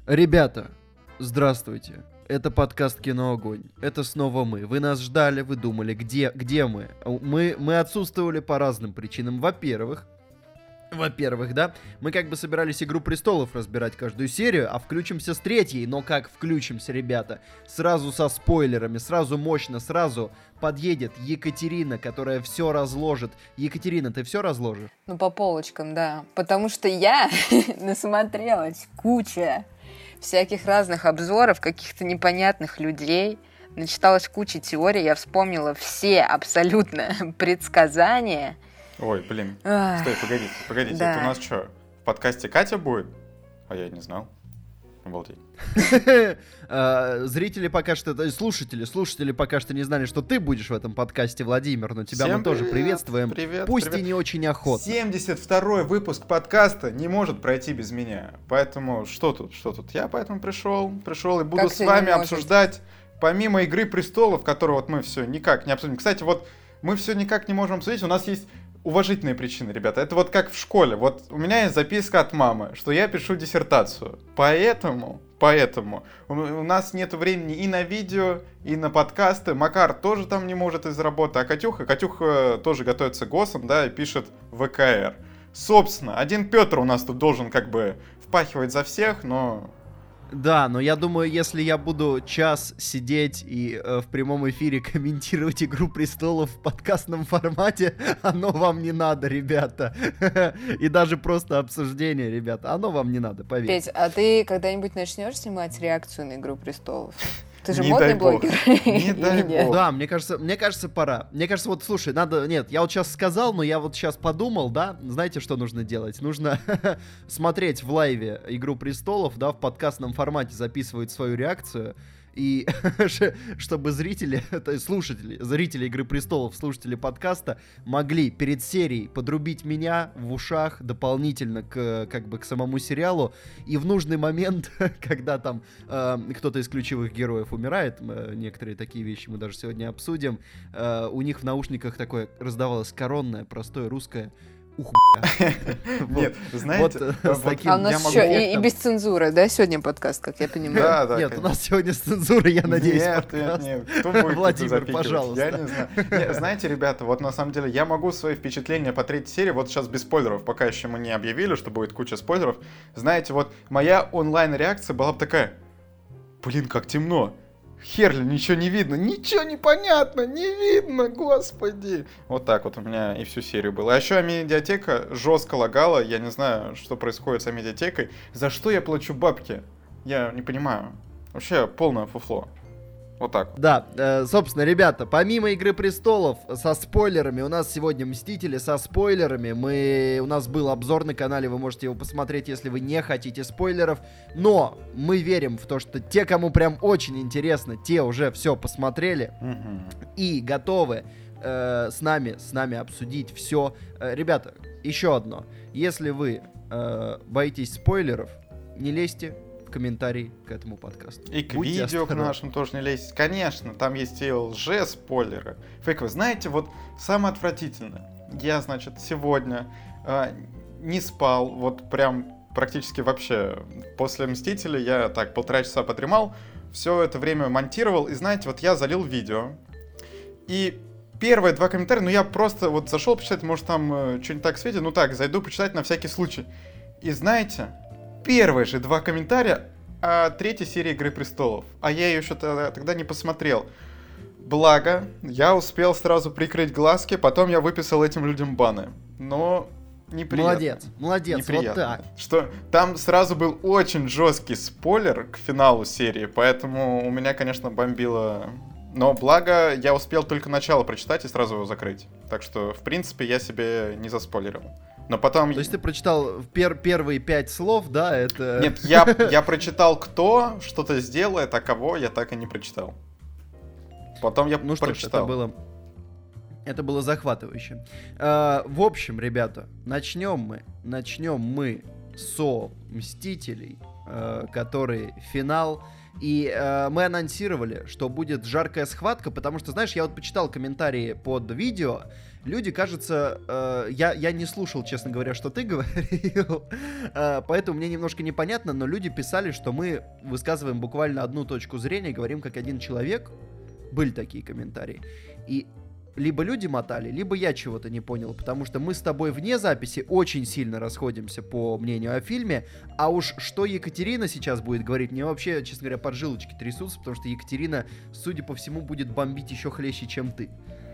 Ребята, здравствуйте. Это подкаст «Кино Огонь». Это снова мы. Вы нас ждали, вы думали, где мы? Мы отсутствовали по разным причинам. Во-первых, да, мы как бы собирались «Игру престолов» разбирать каждую серию, а включимся с третьей. Но как включимся, ребята? Сразу со спойлерами, сразу мощно, сразу подъедет Екатерина, которая все разложит. Екатерина, ты все разложишь? Ну, по полочкам, да. Потому что я насмотрелась куча всяких разных обзоров, каких-то непонятных людей. Начиталась куча теорий, я вспомнила все абсолютно предсказания. Ой, блин. Стой, погодите. Да. Это у нас что, в подкасте Катя будет? А я не знал. Обалдеть. Зрители пока что, слушатели пока что не знали, что ты будешь в этом подкасте, Владимир, но тебя Всем мы тоже привет, приветствуем. Пусть привет. и не очень охотно. 72-й выпуск подкаста не может пройти без меня. Поэтому что тут? Я поэтому пришел и буду Как с ты вами не можешь? обсуждать, помимо «Игры престолов», которую вот мы все никак не обсудим. Кстати, вот мы все никак не можем обсудить, у нас есть уважительные причины, ребята. Это вот как в школе. Вот у меня есть записка от мамы, что я пишу диссертацию. Поэтому у нас нет времени и на видео, и на подкасты. Макар тоже там не может из-за работы. А Катюха тоже готовится к ГОСам, да, и пишет ВКР. Собственно, один Петр у нас тут должен как бы впахивать за всех, но... Да, но я думаю, если я буду час сидеть и в прямом эфире комментировать «Игру престолов» в подкастном формате, оно вам не надо, ребята. И даже просто обсуждение, ребята, оно вам не надо, поверьте. Петь, а ты когда-нибудь начнешь снимать реакцию на «Игру престолов»? Ты же Не модный дай бог. блогер. Не дай Или нет? бог. Да, мне кажется, пора. Мне кажется, вот, слушай, надо... Нет, я вот сейчас сказал, но я вот сейчас подумал, да, знаете, что нужно делать? Нужно смотреть в лайве «Игру престолов», да, в подкастном формате записывать свою реакцию, и чтобы зрители, то есть зрители «Игры престолов», слушатели подкаста могли перед серией подрубить меня в ушах дополнительно к самому сериалу, и в нужный момент, когда там кто-то из ключевых героев умирает, некоторые такие вещи мы даже сегодня обсудим, у них в наушниках такое раздавалось коронное, простое русское «Ух, бля». Нет, знаете, Вот с таким... А у нас что, и без цензуры, да, сегодня подкаст, как я понимаю? Да, Нет, у конечно. нас сегодня с цензурой, я надеюсь, Нет, подкаст. кто будет это Владимир, запикивать? пожалуйста. Я не знаю. Нет, знаете, ребята, вот на самом деле я могу свои впечатления по третьей серии, вот сейчас без спойлеров, пока еще мы не объявили, что будет куча спойлеров. Знаете, вот моя онлайн-реакция была бы такая: блин, как темно. Херли, ничего не видно, ничего не понятно, не видно, господи. Вот так вот у меня и всю серию было. А еще медиатека жестко лагала, я не знаю, что происходит с медиатекой. За что я плачу бабки? Я не понимаю. Вообще полное фуфло. Вот так. Да, собственно, ребята, помимо «Игры престолов» со спойлерами, у нас сегодня «Мстители» со спойлерами. У нас был обзор на канале, вы можете его посмотреть, если вы не хотите спойлеров. Но мы верим в то, что те, кому прям очень интересно, те уже все посмотрели и готовы с нами обсудить все. Ребята, еще одно. Если вы боитесь спойлеров, не лезьте в комментарии к этому подкасту. И к Будьте видео к осторожны. нашим тоже не лезть. Конечно, там есть и лже-спойлеры. Фейковые. Знаете, вот самое отвратительное. Я, значит, сегодня не спал, вот прям практически вообще. После «Мстителей» я так 1,5 часа подремал, все это время монтировал, и знаете, вот я залил видео, и первые 2 комментария, ну я просто вот зашел почитать, может там что-нибудь так светит, ну так, зайду почитать на всякий случай. И знаете, первые же 2 комментария о 3-й серии «Игры престолов». А я ее еще тогда не посмотрел. Благо, я успел сразу прикрыть глазки, потом я выписал этим людям баны. Но неприятно. Молодец, Неприятно. вот так. Что там сразу был очень жесткий спойлер к финалу серии, поэтому у меня, конечно, бомбило. Но благо, я успел только начало прочитать и сразу его закрыть. Так что, в принципе, я себе не заспойлерил. Но потом... То есть ты прочитал первые 5 слов, да, это... Нет, я прочитал, кто что-то сделает, а кого я так и не прочитал. Потом я Ну что ж, прочитал. это было захватывающе. В общем, ребята, начнем мы со «Мстителей». который финал. И мы анонсировали, что будет жаркая схватка, потому что, знаешь, я вот почитал комментарии под видео. Люди, кажется, я не слушал, честно говоря, что ты говорил, поэтому мне немножко непонятно, но люди писали, что мы высказываем буквально одну точку зрения, говорим как один человек. Были такие комментарии. И либо люди мотали, либо я чего-то не понял, потому что мы с тобой вне записи очень сильно расходимся по мнению о фильме, а уж что Екатерина сейчас будет говорить, мне вообще, честно говоря, поджилочки трясутся, потому что Екатерина, судя по всему, будет бомбить еще хлеще, чем ты.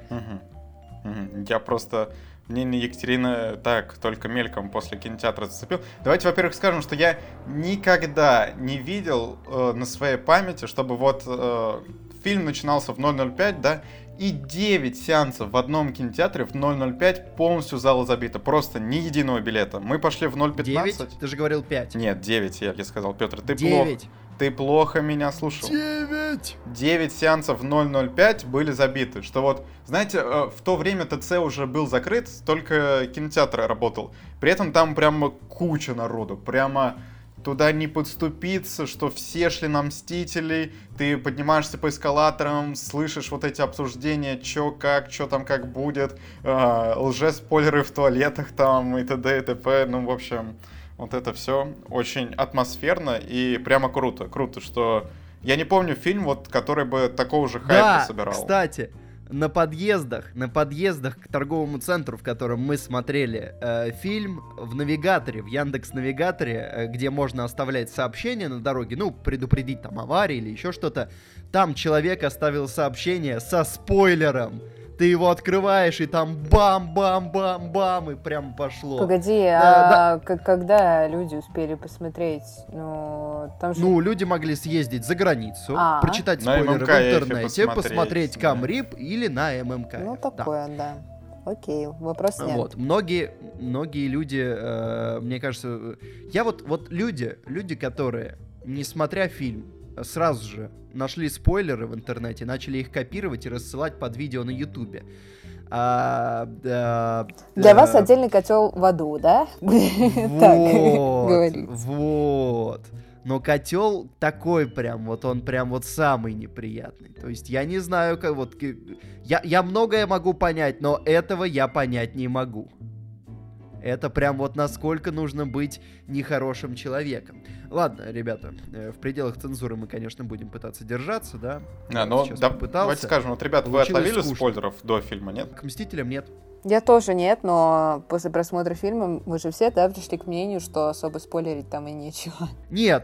Я просто мнение Екатерины так, только мельком после кинотеатра зацепил. Давайте, во-первых, скажем, что я никогда не видел на своей памяти, чтобы вот фильм начинался в 0:05, да, и 9 сеансов в одном кинотеатре в 0:05 полностью зала забита. Просто ни единого билета. Мы пошли в 0:15. 9? Ты же говорил 5. Нет, 9, я сказал. Петр, ты 9. Ты плохо меня слушал. 9 сеансов в 0:05 были забиты. Что вот, знаете, в то время ТЦ уже был закрыт, только кинотеатр работал. При этом там прямо куча народу. Прямо туда не подступиться, что все шли на Мстителей. Ты поднимаешься по эскалаторам, слышишь вот эти обсуждения, чё там как будет. Лже-спойлеры в туалетах там и т.д. и т.п. Ну, в общем... Вот это все очень атмосферно и прямо круто. Круто, что... Я не помню фильм, вот, который бы такого же хайпа собирал. Кстати, на подъездах к торговому центру, в котором мы смотрели фильм, в навигаторе, в Яндекс.Навигаторе, где можно оставлять сообщения на дороге, ну, предупредить там аварии или еще что-то, там человек оставил сообщение со спойлером. Ты его открываешь, и там бам-бам-бам-бам, и прям пошло. Погоди, когда люди успели посмотреть? Ну, там же... люди могли съездить за границу, прочитать спойлеры в интернете, посмотреть Камрип или на ММК. Ну, такое, да. Окей, вопрос нет. Вот, многие люди, мне кажется... люди, которые, не смотря фильм, сразу же нашли спойлеры в интернете, начали их копировать и рассылать под видео на Ютубе. Для вас отдельный котел в аду, да? Вот. Но котел такой прям, вот он прям вот самый неприятный. То есть я не знаю, как вот... Я многое могу понять, но этого я понять не могу. Это прям вот насколько нужно быть нехорошим человеком. Ладно, ребята, в пределах цензуры мы, конечно, будем пытаться держаться, да? Давайте скажем, вот, ребята, вы отловили спойлеров до фильма, нет? К «Мстителям» нет. Я тоже нет, но после просмотра фильма мы же все, да, пришли к мнению, что особо спойлерить там и нечего. Нет,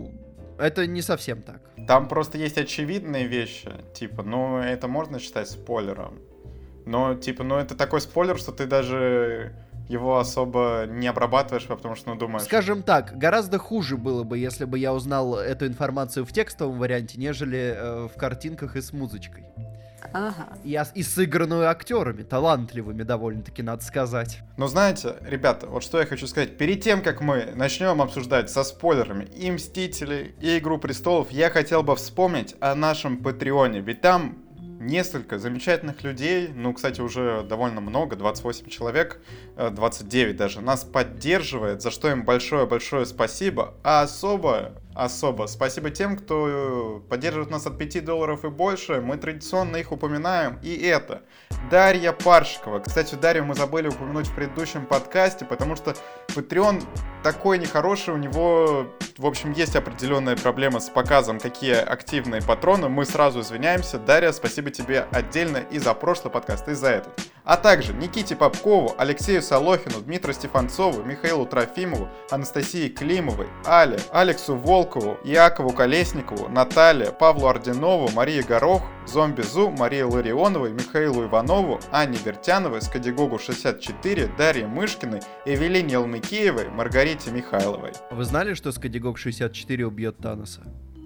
это не совсем так. Там просто есть очевидные вещи, типа, это можно считать спойлером. Но, это такой спойлер, что ты даже... его особо не обрабатываешь, потому что, думаешь... Скажем так, гораздо хуже было бы, если бы я узнал эту информацию в текстовом варианте, нежели в картинках и с музычкой. Ага. И сыгранную актерами, талантливыми довольно-таки, надо сказать. Но знаете, ребята, вот что я хочу сказать. Перед тем, как мы начнем обсуждать со спойлерами и «Мстители», и «Игру престолов», я хотел бы вспомнить о нашем Патреоне, ведь там... несколько замечательных людей, кстати, уже довольно много, 28 человек, 29 даже, нас поддерживает, за что им большое-большое спасибо, а особо спасибо тем, кто поддерживает нас от $5 и больше, мы традиционно их упоминаем, и это Дарья Паршикова. Кстати, Дарью мы забыли упомянуть в предыдущем подкасте, потому что Patreon такой нехороший, у него, в общем, есть определенная проблема с показом, какие активные патроны, мы сразу извиняемся. Дарья, спасибо тебе отдельно и за прошлый подкаст, и за этот. А также Никите Попкову, Алексею Солохину, Дмитрию Стефанцову, Михаилу Трофимову, Анастасии Климовой, Але, Алексу Волкову, Якову Колесникову, Наталье, Павлу Орденову, Марии Горох, Зомби Зу, Марии Ларионовой, Михаилу Иванову, Анне Вертяновой, Скадигогу 64, Дарье Мышкиной, Эвелине Алмыкеевой, Маргарите Михайловой. Вы знали, что Скадигог 64 убьет Таноса?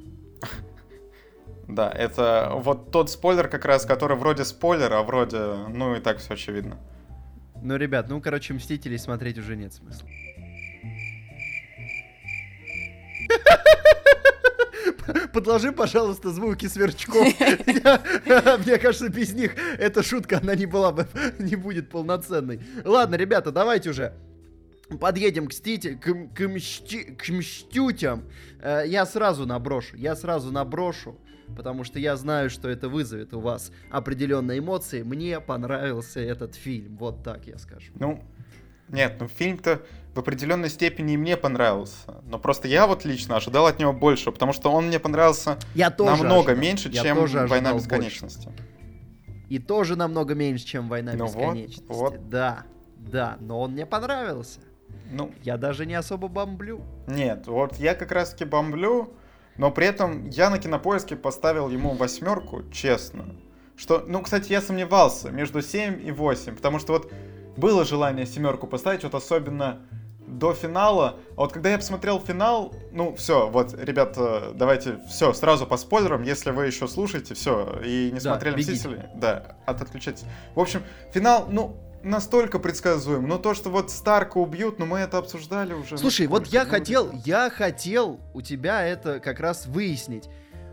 Да, это вот тот спойлер как раз, который вроде спойлер, а вроде, и так все очевидно. Ребят, «Мстителей» смотреть уже нет смысла. Подложи, пожалуйста, звуки сверчков. Мне кажется, без них эта шутка, она не будет полноценной. Ладно, ребята, давайте уже подъедем к мстютям, я сразу наброшу, потому что я знаю, что это вызовет у вас определенные эмоции. Мне понравился этот фильм, вот так я скажу. Нет, фильм-то в определенной степени и мне понравился. Но просто я вот лично ожидал от него больше, потому что он мне понравился намного меньше, чем «Война бесконечности». И тоже намного меньше, чем «Война бесконечности». Вот. Да, но он мне понравился. Я даже не особо бомблю. Нет, вот я как раз-таки бомблю, но при этом я на Кинопоиске поставил ему 8, честно. Что, кстати, я сомневался между 7 и 8, потому что вот было желание 7 поставить, вот особенно до финала. А вот когда я посмотрел финал, все, вот, ребята, давайте, все, сразу по спойлерам, если вы еще слушаете, все, и не смотрели «Мстители», отключайтесь. В общем, финал, настолько предсказуем, но то, что вот Старка убьют, мы это обсуждали уже. Слушай, вот я хотел у тебя это как раз выяснить.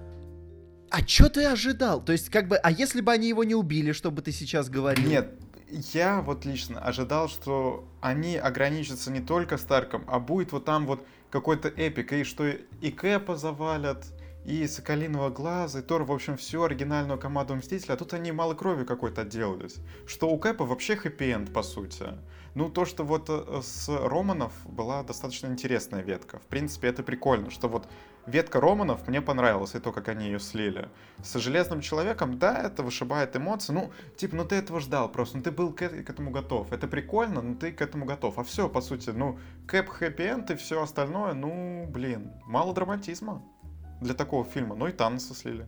А что ты ожидал? То есть, а если бы они его не убили, что бы ты сейчас говорил? Нет, я вот лично ожидал, что они ограничатся не только Старком, а будет вот там вот какой-то эпик, и что и Кэпа завалят, и Соколиного Глаза, и Тор, в общем, всю оригинальную команду Мстителя, а тут они мало крови какой-то отделались. Что у Кэпа вообще хэппи-энд, по сути. То, что вот с Романов была достаточно интересная ветка. В принципе, это прикольно, что вот ветка Романов мне понравилась, и то, как они ее слили. С Железным Человеком, это вышибает эмоции. Ты этого ждал просто, ты был к этому готов. Это прикольно, но ты к этому готов. А все, по сути, Кэп хэппи-энд и все остальное, мало драматизма для такого фильма. И Таноса слили.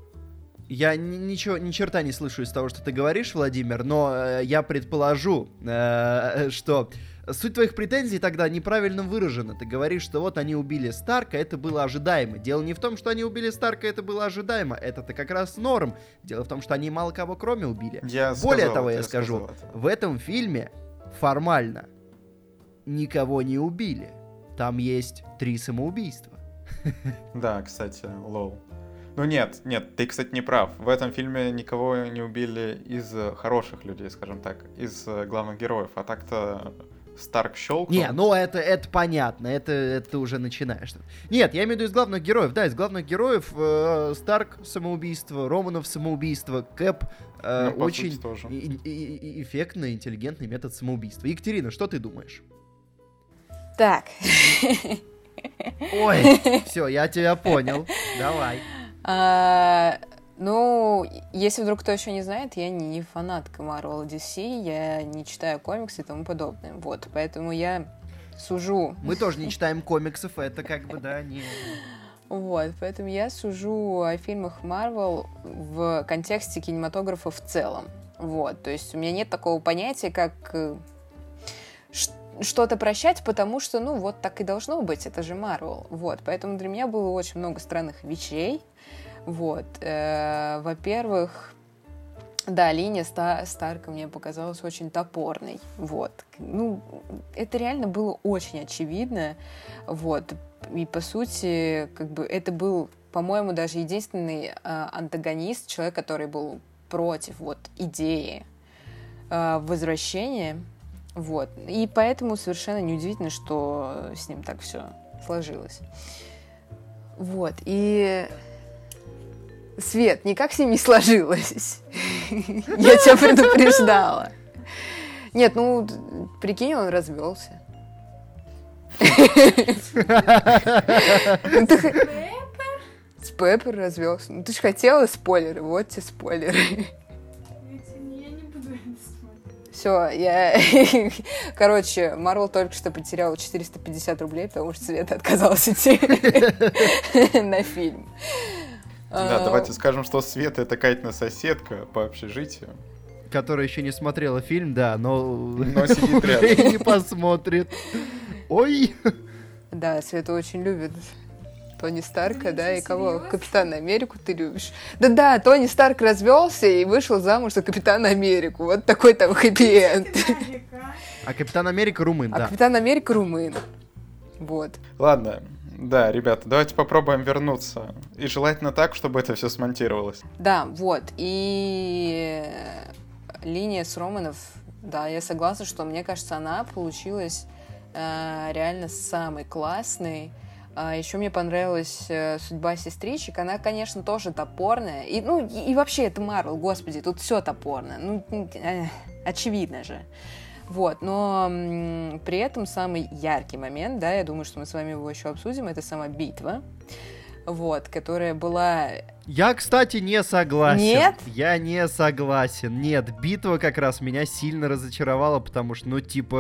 Я ни черта не слышу из того, что ты говоришь, Владимир, но я предположу, что суть твоих претензий тогда неправильно выражена. Ты говоришь, что вот они убили Старка, это было ожидаемо. Дело не в том, что они убили Старка, это было ожидаемо. Это-то как раз норм. Дело в том, что они мало кого кроме убили. Более того, я скажу, в этом фильме формально никого не убили. Там есть 3 самоубийства. Да, кстати, лол. Нет, ты, кстати, не прав. В этом фильме никого не убили из хороших людей, скажем так, из главных героев. А так-то Старк щелкнул. Это понятно, это ты уже начинаешь. Нет, я имею в виду из главных героев. Да, из главных героев Старк самоубийство, Романов самоубийство, Кэп очень эффектный, интеллигентный метод самоубийства. Екатерина, что ты думаешь? Так. Ой, все, я тебя понял. Давай. Если вдруг кто еще не знает, я не фанатка Marvel DC, я не читаю комиксы и тому подобное. Вот, поэтому я сужу. Мы тоже не читаем комиксов, это не... Вот, поэтому я сужу о фильмах Marvel в контексте кинематографа в целом. Вот, то есть у меня нет такого понятия, как что-то прощать, потому что, вот так и должно быть, это же Marvel. Вот, поэтому для меня было очень много странных вещей. Вот, во-первых, линия Старка мне показалась очень топорной. Вот, это реально было очень очевидно. Вот, и по сути, это был, по-моему, даже единственный антагонист, человек, который был против идеи возвращения. Вот. И поэтому совершенно неудивительно, что с ним так все сложилось. Вот. И Свет, никак с ним не сложилось. Я тебя предупреждала. Нет, прикинь, он развелся. Пеппер развелся. Ты же хотела спойлеры, вот тебе спойлеры. Все, Короче, Марвел только что потерял 450 рублей, потому что Света отказалась идти на фильм. Да, давайте скажем, что Света — это Катина соседка по общежитию. Которая еще не смотрела фильм, но сидит рядом. И не посмотрит. Ой! Да, Света очень любит Тони Старка, да, и кого? Капитана Америку ты любишь. Да, Тони Старк развелся и вышел замуж за Капитана Америку. Вот такой там хэппи-энд. А Капитан Америка румын, да. Капитан Америка румын. Вот. Ладно, да, ребята, давайте попробуем вернуться. И желательно так, чтобы это все смонтировалось. Да, вот. И линия с Романов, да, я согласна, что, мне кажется, она получилась реально самый классный. Еще мне понравилась «Судьба сестричек». Она, конечно, тоже топорная. И вообще, это Марвел, господи, тут все топорно. Очевидно же. Вот, но при этом самый яркий момент, да, я думаю, что мы с вами его еще обсудим, это сама битва, вот, которая была... Я, кстати, не согласен. Нет? Я не согласен. Нет, битва как раз меня сильно разочаровала, потому что,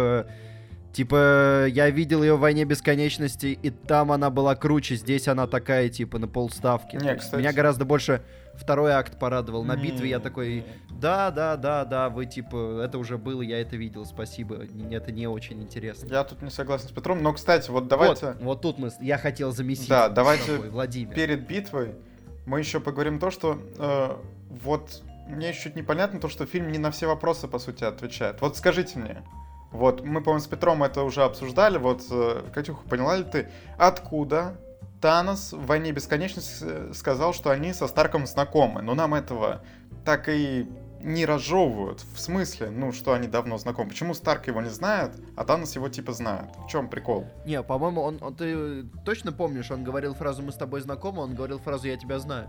Типа, я видел ее в «Войне бесконечности», и там она была круче, здесь она такая, типа, на полставки. Не, кстати... Меня гораздо больше второй акт порадовал. На битве я такой, да, вы, типа, это уже было, я это видел, спасибо, это не очень интересно. Я тут не согласен с Петром, но, кстати, вот давайте... Вот тут я хотел замесить. Да, давайте Владимир. Перед битвой мы еще поговорим то, что вот мне еще чуть непонятно то, что фильм не на все вопросы, по сути, отвечает. Вот скажите мне, вот, мы, по-моему, с Петром это уже обсуждали. Вот, Катюха, поняла ли ты, откуда Танос в «Войне бесконечности» сказал, что они со Старком знакомы? Но нам этого так и не разжевывают. В смысле, что они давно знакомы. Почему Старк его не знает, а Танос его типа знает? В чем прикол? Не, по-моему, ты точно помнишь, он говорил фразу «мы с тобой знакомы», он говорил фразу «я тебя знаю».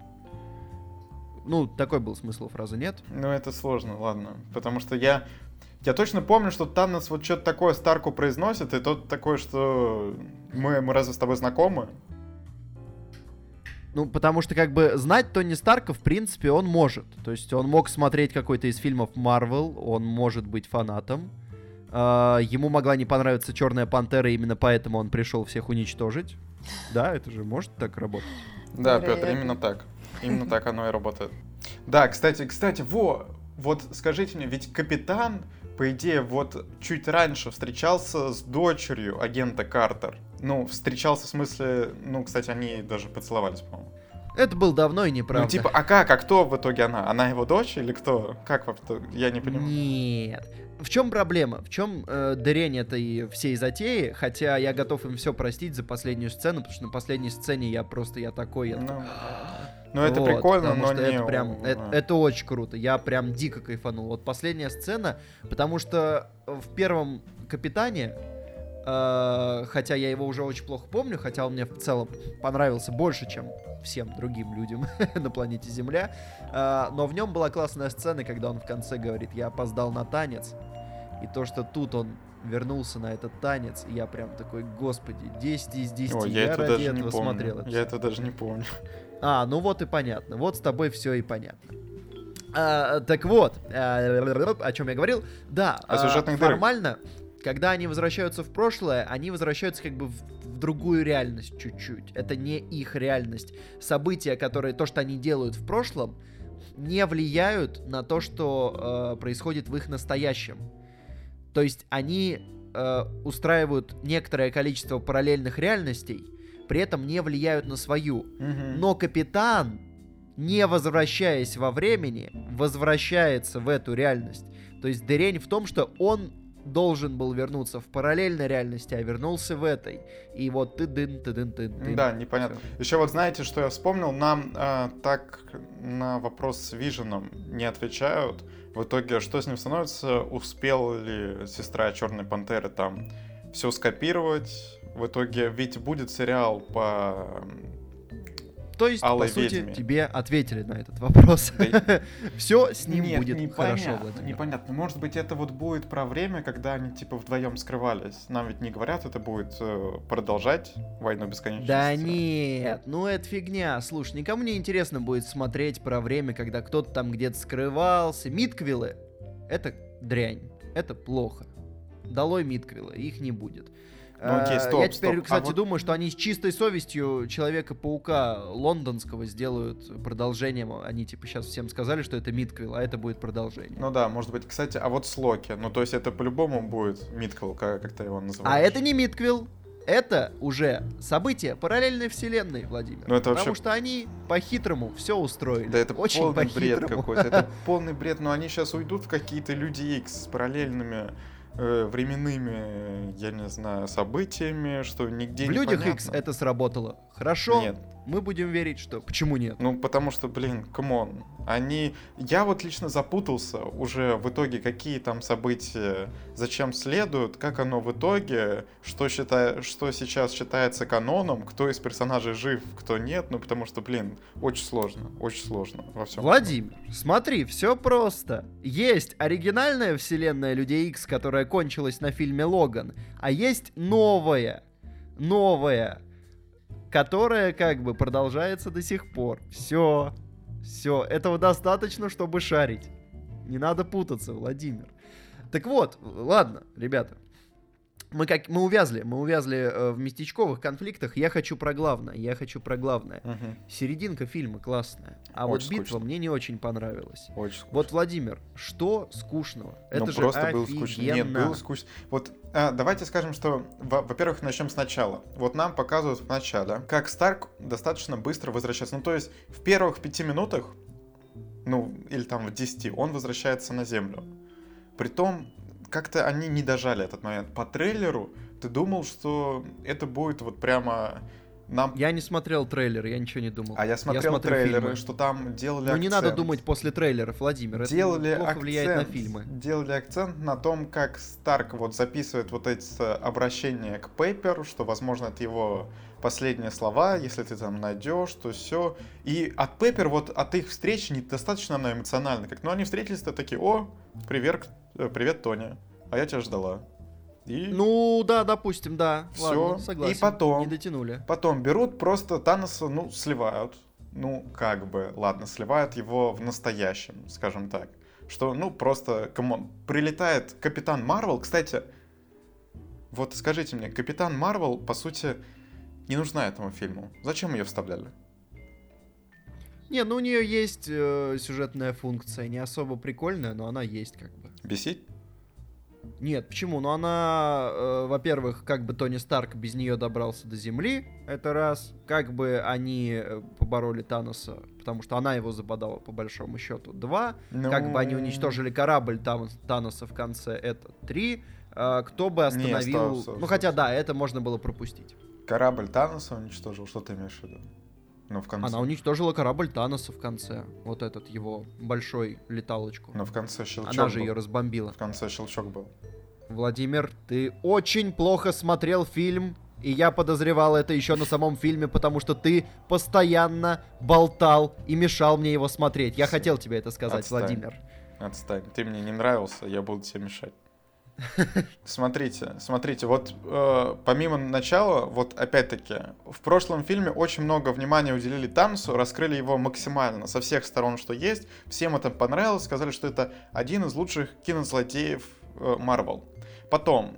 Такой был смысл фразы, нет? Это сложно, ладно. Потому что я точно помню, что Танос вот что-то такое Старку произносит, и тот такой, что мы разве с тобой знакомы? Потому что, как бы, знать Тони Старка, в принципе, он может. То есть он мог смотреть какой-то из фильмов Marvel, он может быть фанатом. Ему могла не понравиться «Черная пантера», именно поэтому он пришел всех уничтожить. Да, это же может так работать. Да, Петр, именно так. Именно так оно и работает. Да, кстати, вот скажите мне, ведь капитан, по идее, вот чуть раньше встречался с дочерью агента Картер. Встречался в смысле, кстати, они даже поцеловались, по-моему. Это было давно и неправда. А как? А кто в итоге она? Она его дочь или кто? Как вообще? Я не понимаю. Нет. В чем проблема? В чем дрянь этой всей затеи? Хотя я готов им все простить за последнюю сцену, потому что на последней сцене я такой... Это прикольно, но не... Это прям, это очень круто. Я прям дико кайфанул. Вот последняя сцена, потому что в первом «Капитане», хотя я его уже очень плохо помню, хотя он мне в целом понравился больше, чем всем другим людям на планете Земля, но в нем была классная сцена, когда он в конце говорит: «Я опоздал на танец». И то, что тут он вернулся на этот танец, и я прям такой: господи, 10 из 10, я ради этого смотрел. Я это даже не помню. Вот и понятно. Вот с тобой все и понятно. Так вот, о чем я говорил. Да, формально, когда они возвращаются в прошлое, они возвращаются как бы в другую реальность чуть-чуть. Это не их реальность. События, то, что они делают в прошлом, не влияют на то, что происходит в их настоящем. То есть они устраивают некоторое количество параллельных реальностей, при этом не влияют на свою. Но капитан, не возвращаясь во времени, возвращается в эту реальность. То есть дрянь в том, что он должен был вернуться в параллельной реальности, а вернулся в этой. И вот ты-дын. Да, непонятно. Еще вот знаете, что я вспомнил? Нам так на вопрос с Виженом не отвечают. В итоге, что с ним становится? Успела ли сестра Черной Пантеры там все скопировать? В итоге ведь будет сериал по То есть, Алой по сути, ведьме. тебе ответили на этот вопрос. Все с ним будет хорошо, Владимир. Непонятно. Может быть, это вот будет про время, когда они типа вдвоем скрывались. Нам ведь не говорят, это будет продолжать «Войну бесконечности». Да нет, это фигня. Слушай, никому не интересно будет смотреть про время, когда кто-то там где-то скрывался. Мидквиллы — это дрянь, это плохо. Долой Мидквиллы, их не будет. Я теперь, кстати, думаю, что они с чистой совестью Человека-паука лондонского сделают продолжением. Они типа сейчас всем сказали, что это Мидквилл, а это будет продолжение. Ну да, может быть, кстати, а вот с Локи. То есть это по-любому будет Мидквилл, как ты его называешь. А это не Мидквилл. Это уже события параллельной вселенной, Владимир. Потому что они по-хитрому все устроили. Да это очень полный бред какой-то. Это полный бред, но они сейчас уйдут в какие-то Люди Икс с параллельными временными, я не знаю, событиями, что нигде не понятно. В Людях Икс это сработало хорошо. Нет. мы будем верить, что... Почему нет? Ну, потому что, блин, камон, Я вот лично запутался уже в итоге, какие там события, зачем следуют, как оно в итоге, что сейчас считается каноном, кто из персонажей жив, кто нет, ну, потому что, блин, очень сложно во всем. Владимир, смотри, все просто. Есть оригинальная вселенная Людей Икс, которая кончилась на фильме «Логан», а есть новая, которая как бы продолжается до сих пор. Все. Этого достаточно, чтобы шарить. Не надо путаться, Владимир. Так вот, ладно, ребята. Мы увязли в местечковых конфликтах. Я хочу про главное. Угу. Серединка фильма классная. А Очень вот битва скучно. мне не очень понравилась. Очень скучно. Вот, Владимир, что скучного? Это Ну, же просто было офигенно. скучно. Нет, было скучно. Вот, давайте скажем, что, во-первых, начнем сначала. Вот нам показывают в начале, как Старк достаточно быстро возвращается. Ну, то есть, в первых 5 минутах, ну, или там в 10, он возвращается на Землю. Притом, как-то они не дожали этот момент. По трейлеру ты думал, что это будет вот прямо... Я не смотрел трейлер, я ничего не думал. А я смотрел трейлеры, фильмы. Что там делали акцент. Ну не надо думать после трейлеров, Владимир, делали это плохо влияет на фильмы. Делали акцент на том, как Старк вот записывает вот эти обращения к Пепперу, что, возможно, это его последние слова, если ты там найдешь, то все. И от Пеппер, вот от их встречи недостаточно она эмоциональна. Как, ну они встретились-то такие, привет, Тони, а я тебя ждала. И... Ну, да, допустим, да. Все. Ладно, согласен. И потом... Не дотянули. Потом берут просто Таноса, сливают. Ладно, сливают его в настоящем, скажем так. Что, просто, камон, прилетает Капитан Марвел. Кстати, вот скажите мне, Капитан Марвел, по сути, не нужна этому фильму. Зачем ее вставляли? Не, у нее есть сюжетная функция, не особо прикольная, но она есть как бы. Бесить? Нет, почему? Ну, она, во-первых, как бы Тони Старк без нее добрался до Земли, это раз. Как бы они побороли Таноса, потому что она его забодала, по большому счету, 2. Как бы они уничтожили корабль Таноса в конце, это 3. Кто бы остановил... хотя, да, это можно было пропустить. Корабль Таноса уничтожил? Что ты имеешь в виду? В конце. Она уничтожила корабль Таноса в конце. Вот этот его большой леталочку. Но в конце щелчок Она же ее разбомбила. В конце щелчок был. Владимир, ты очень плохо смотрел фильм, и я подозревал это еще на самом фильме, потому что ты постоянно болтал и мешал мне его смотреть. Я хотел тебе это сказать, Владимир. Отстань. Ты мне не нравился, я буду тебе мешать. Смотрите, вот помимо начала, вот опять-таки, в прошлом фильме очень много внимания уделили Таносу, раскрыли его максимально, со всех сторон, что есть, всем это понравилось, сказали, что это один из лучших кинозлодеев Марвел. Потом,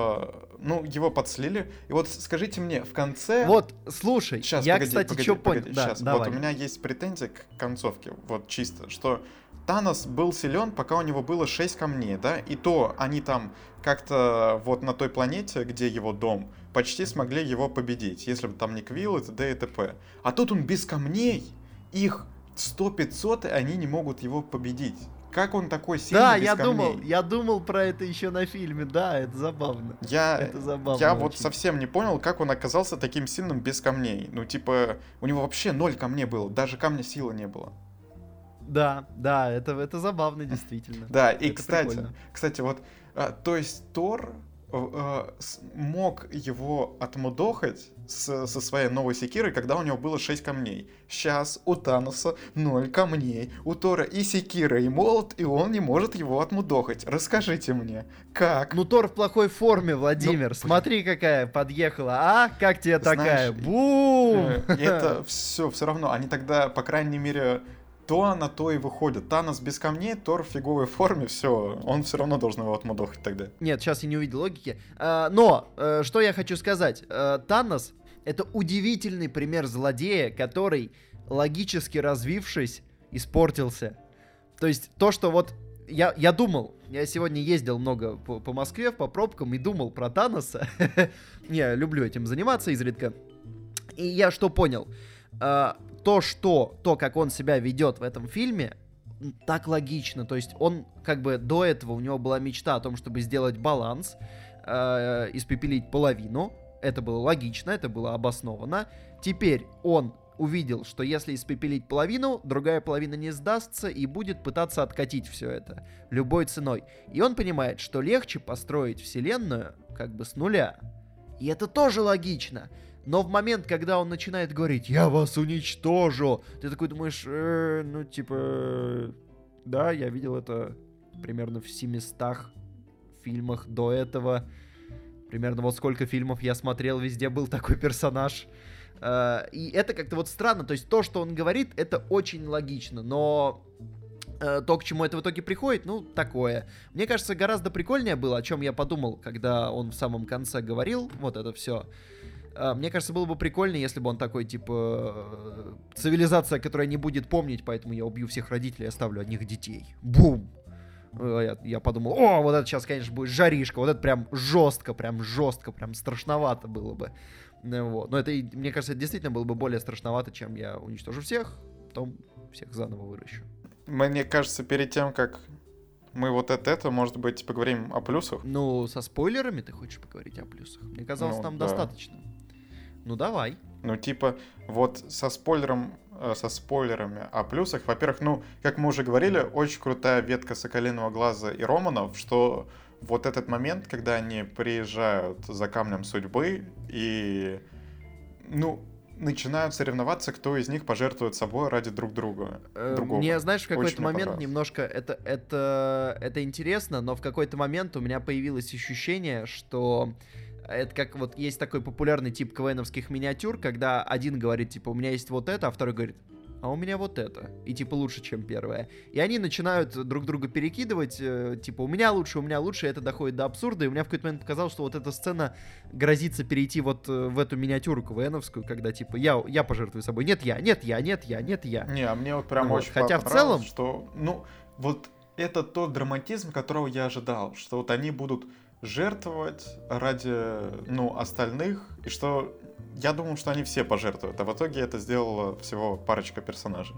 его подслили, и вот скажите мне, в конце... Вот, слушай, сейчас, кстати, что понял. Сейчас, вот у меня есть претензия к концовке, вот чисто, что Танос был силен, пока у него было 6 камней, да, и то они там как-то вот на той планете, где его дом, почти смогли его победить, если бы там не Квилл, и т.д. и т.п. А тут он без камней, их 100-500, и они не могут его победить. Как он такой сильный без камней? Да, я думал про это еще на фильме, да, это забавно. Я вот совсем не понял, как он оказался таким сильным без камней. У него вообще 0 камней было, даже камня силы не было. Да, это забавно, действительно. Да, и кстати, вот, то есть Тор мог его отмудохать со своей новой секирой, когда у него было 6 камней. Сейчас у Таноса 0 камней, у Тора и секира, и молот, и он не может его отмудохать. Расскажите мне, как? Тор в плохой форме, Владимир. Смотри, какая подъехала, а? Как тебе такая? Бум! Это все равно. Они тогда, по крайней мере... то на то и выходит. Танос без камней, Тор в фиговой форме, все, он все равно должен его отмудохать тогда. Нет, сейчас я не увидел логики. Но, что я хочу сказать. Танос — это удивительный пример злодея, который, логически развившись, испортился. То есть то, что вот... Я думал, я сегодня ездил много по Москве, по пробкам и думал про Таноса. Я люблю этим заниматься изредка. И я что понял? То, как он себя ведет в этом фильме, так логично. То есть он, как бы, до этого у него была мечта о том, чтобы сделать баланс, испепелить половину. Это было логично, это было обосновано. Теперь он увидел, что если испепелить половину, другая половина не сдастся и будет пытаться откатить все это любой ценой. И он понимает, что легче построить вселенную как бы с нуля. И это тоже логично. Но в момент, когда он начинает говорить «Я вас уничтожу», ты такой думаешь, да, я видел это примерно в 700 фильмах до этого. Примерно вот сколько фильмов я смотрел, везде был такой персонаж. И это как-то вот странно. То есть то, что он говорит, это очень логично. Но то, к чему это в итоге приходит, такое. Мне кажется, гораздо прикольнее было, о чем я подумал, когда он в самом конце говорил вот это все. Мне кажется, было бы прикольнее, если бы он такой, типа, цивилизация, которая не будет помнить, поэтому я убью всех родителей и оставлю одних детей. Бум! Я подумал, вот это сейчас, конечно, будет жаришка, вот это прям жестко, прям страшновато было бы. Вот. Но это, мне кажется, это действительно было бы более страшновато, чем я уничтожу всех, потом всех заново выращу. Мне кажется, перед тем, как мы вот это, может быть, поговорим о плюсах? Со спойлерами ты хочешь поговорить о плюсах? Мне казалось, там да. Достаточно. Давай. Вот со спойлерами о плюсах. Во-первых, как мы уже говорили, очень крутая ветка Соколиного Глаза и Романов, что вот этот момент, когда они приезжают за камнем судьбы и, начинают соревноваться, кто из них пожертвует собой ради друг друга. Мне, знаешь, в какой-то момент немножко это интересно, но в какой-то момент у меня появилось ощущение, что это как вот есть такой популярный тип КВНовских миниатюр, когда один говорит, типа, у меня есть вот это, а второй говорит, а у меня вот это. И типа лучше, чем первое. И они начинают друг друга перекидывать, типа, у меня лучше, и это доходит до абсурда. И у меня в какой-то момент показалось, что вот эта сцена грозится перейти вот в эту миниатюру КВНовскую, когда типа я пожертвую собой. Нет я. Не, а мне вот прям очень понравилось, в целом, что, вот это тот драматизм, которого я ожидал, что вот они будут жертвовать ради, остальных, и что я думал, что они все пожертвуют, а в итоге это сделала всего парочка персонажей.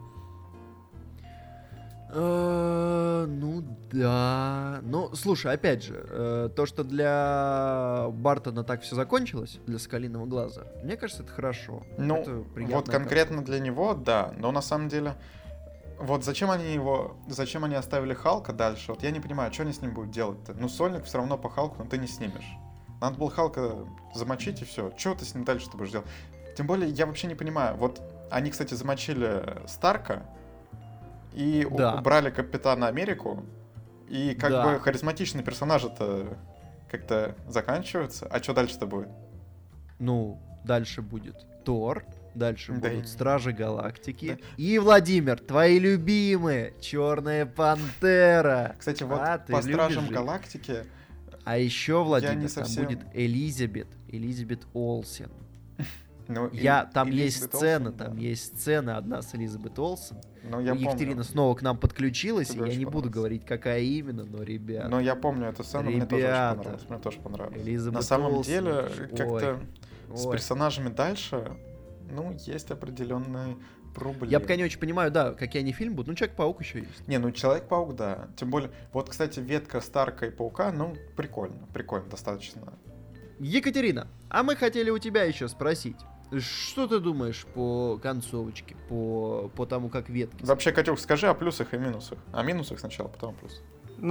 Да. Слушай, опять же, то, что для Бартона так все закончилось, для Соколиного Глаза, мне кажется, это хорошо. Это вот конкретно для него, да, но на самом деле, вот зачем они оставили Халка дальше, вот я не понимаю, что они с ним будут делать-то. Сольник все равно по Халку, но ты не снимешь. Надо было Халка замочить и все. Чего ты с ним дальше будешь делать? Тем более, я вообще не понимаю. Вот они, кстати, замочили Старка и убрали Капитана Америку. И как бы харизматичные персонажи-то как-то заканчиваются. А что дальше-то будет? Дальше будет Тор. Дальше будут Стражи Галактики. Да. И, Владимир, твои любимые Черная Пантера. Кстати, вот по Стражам Галактики... А еще, Владимир, там будет Элизабет Олсен. Там есть сцена одна с Элизабет Олсен. Екатерина снова к нам подключилась, и я не буду говорить, какая именно, но, ребята... я помню эту сцену, мне тоже понравилось. Элизабет На самом Олсен, деле, как-то с персонажами дальше, есть определенные проблемы. Я пока не очень понимаю, какие они фильмы будут. Человек-паук еще есть. Человек-паук, да. Тем более, вот, кстати, ветка Старка и Паука, прикольно достаточно. Екатерина, а мы хотели у тебя еще спросить. Что ты думаешь по концовочке, по тому, как ветки? Вообще, Катюх, скажи о плюсах и минусах. О минусах сначала, потом о плюсах.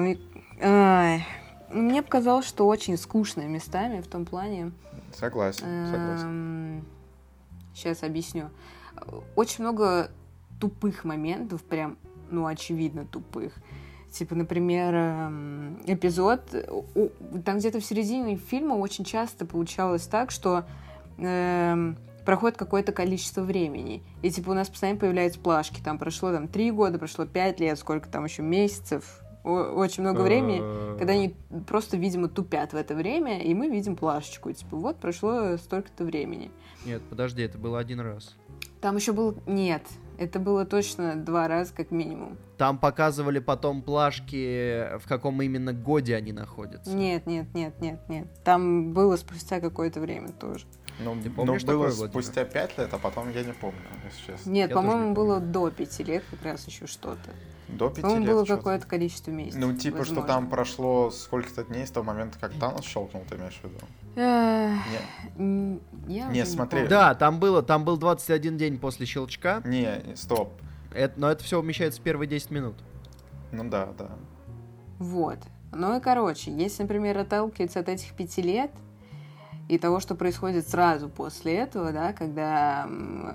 Мне показалось, что очень скучно местами в том плане. Согласен. Сейчас объясню. Очень много тупых моментов, прям, очевидно тупых. Типа, например, эпизод, там где-то в середине фильма очень часто получалось так, что проходит какое-то количество времени. И типа у нас постоянно появляются плашки. Там прошло 3 года, прошло 5 лет, сколько там еще месяцев. Очень много времени, когда они просто, видимо, тупят в это время, и мы видим плашечку. Типа, вот прошло столько-то времени. Нет, подожди, это было 1 раз. Там еще был... Нет, это было точно 2 раза, как минимум. Там показывали потом плашки, в каком именно годе они находятся. Нет. Там было спустя какое-то время тоже. Ты помнишь, было спустя 5 лет, а потом я не помню, если честно. Нет, по-моему, было до 5 лет как раз еще что-то. До 5 по-моему, лет было какое-то количество месяцев. Что там прошло сколько-то дней с того момента, как Танос щелкнул, ты имеешь в виду? Не, смотри. Да, там был 21 день после щелчка. Не, стоп. Но это все умещается в первые 10 минут. Ну да. Вот. Ну и короче, если, например, отталкиваться от этих 5 лет и того, что происходит сразу после этого, да, когда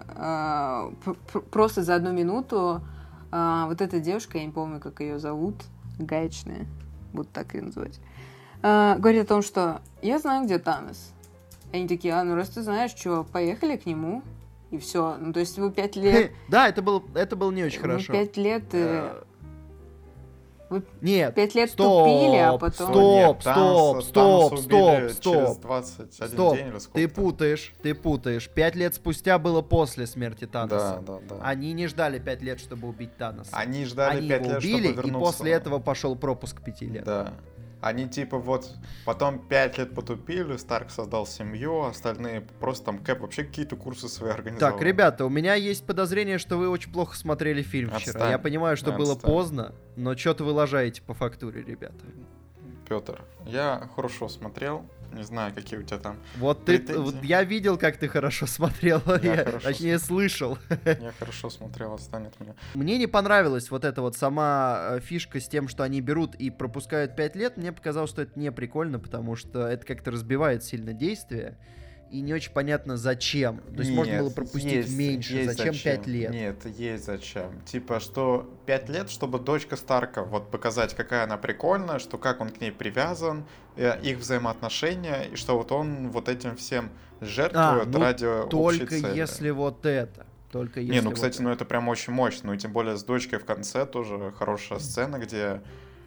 просто за 1 минуту вот эта девушка, я не помню, как ее зовут, гаечная, буду так ее называть, говорит о том, что я знаю, где Танос. И они такие, ну раз ты знаешь, что, поехали к нему, и все. Ну, то есть вы 5 лет... Да, это было не очень хорошо. 5 лет... Нет, 5 лет тупили, а потом... Стоп. Ты путаешь. 5 лет спустя было после смерти Таноса. Да. Они не ждали 5 лет, чтобы убить Таноса. Они ждали 5 лет, убили, чтобы вернуться. И после этого пошел пропуск 5 лет. Да. Они типа вот потом 5 лет потупили, Старк создал семью, остальные просто там Кэп вообще какие-то курсы свои организовал. Так, ребята, у меня есть подозрение, что вы очень плохо смотрели фильм вчера. Отстань. Я понимаю, что было поздно, но что-то вы лажаете по фактуре, ребята. Петр, я хорошо смотрел. Не знаю, какие у тебя там вот я видел, как ты хорошо смотрел, точнее слышал. Я хорошо смотрел, отстань от меня. Мне не понравилась вот эта вот сама фишка с тем, что они берут и пропускают 5 лет. Мне показалось, что это не прикольно, потому что это как-то разбивает сильно действие. И не очень понятно, зачем. То есть можно было пропустить меньше. Зачем 5 лет? Нет, есть зачем. Типа, что 5 лет, чтобы дочка Старка, вот показать, какая она прикольная, что как он к ней привязан, их взаимоотношения, и что вот он вот этим всем жертвует ради общей цели. Только если вот это. Только если не, ну, кстати, это прям очень мощно. Ну, и тем более с дочкой в конце тоже хорошая сцена, где...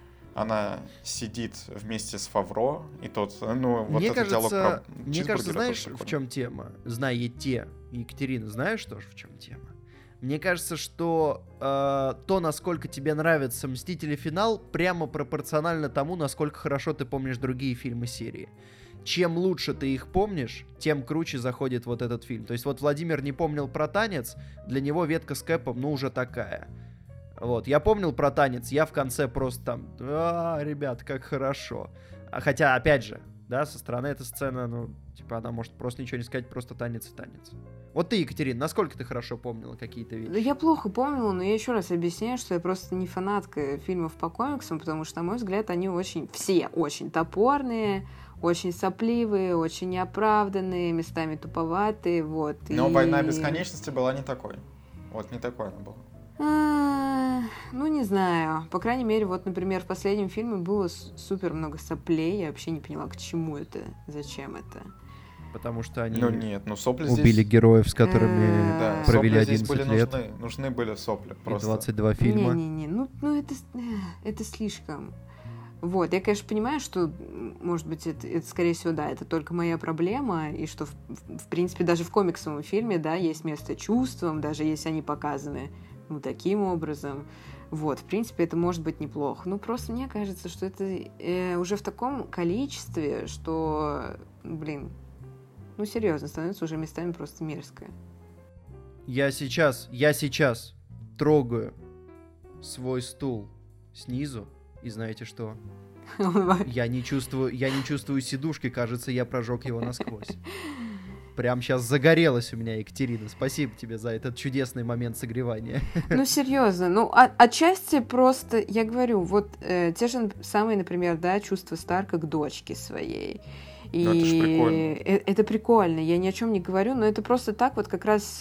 Она сидит вместе с Фавро, и тот, ну, вот этот диалог про чизбургеры. Мне кажется, знаешь, в чем тема? Знаете, Екатерина, знаешь тоже, в чем тема? Мне кажется, что то, насколько тебе нравится «Мстители. Финал», прямо пропорционально тому, насколько хорошо ты помнишь другие фильмы серии. Чем лучше ты их помнишь, тем круче заходит вот этот фильм. То есть вот Владимир не помнил про танец, для него ветка с Кэпом, ну, уже такая. Вот, я помнил про танец, я в конце просто там, ребят, как хорошо. Хотя, опять же, да, со стороны эта сцена, ну, типа, она может просто ничего не сказать, просто танец и танец. Вот ты, Екатерина, насколько ты хорошо помнила какие-то вещи? Да я плохо помнила, но я еще раз объясняю, что я просто не фанатка фильмов по комиксам, потому что, на мой взгляд, они все очень топорные, очень сопливые, очень неоправданные, местами туповатые, вот. Но «Война бесконечности» была не такой. Вот не такой она была. Ну, не знаю. По крайней мере, вот, например, в последнем фильме было супер много соплей. Я вообще не поняла, к чему это, зачем это. Потому что они сопли убили здесь... героев, с которыми провели 11 были лет. Нужны были сопли. Просто. И 22 фильма. Не-не-не, это слишком. Вот, я, конечно, понимаю, что, может быть, это, скорее всего, да, это только моя проблема, и что, в принципе, даже в комиксовом фильме, да, есть место чувствам, даже если они показаны, ну, таким образом. Вот, в принципе, это может быть неплохо. Ну, просто мне кажется, что это уже в таком количестве, что, ну, серьезно, становится уже местами просто мерзко. Я сейчас трогаю свой стул снизу, и знаете что? Я не чувствую сидушки, кажется, я прожег его насквозь. Прям сейчас загорелась у меня, Екатерина. Спасибо тебе за этот чудесный момент согревания. Ну, серьезно. Ну, отчасти просто, я говорю, вот те же самые, например, да, чувства Старка к дочке своей. И это же прикольно. Это прикольно, я ни о чем не говорю, но это просто так вот как раз,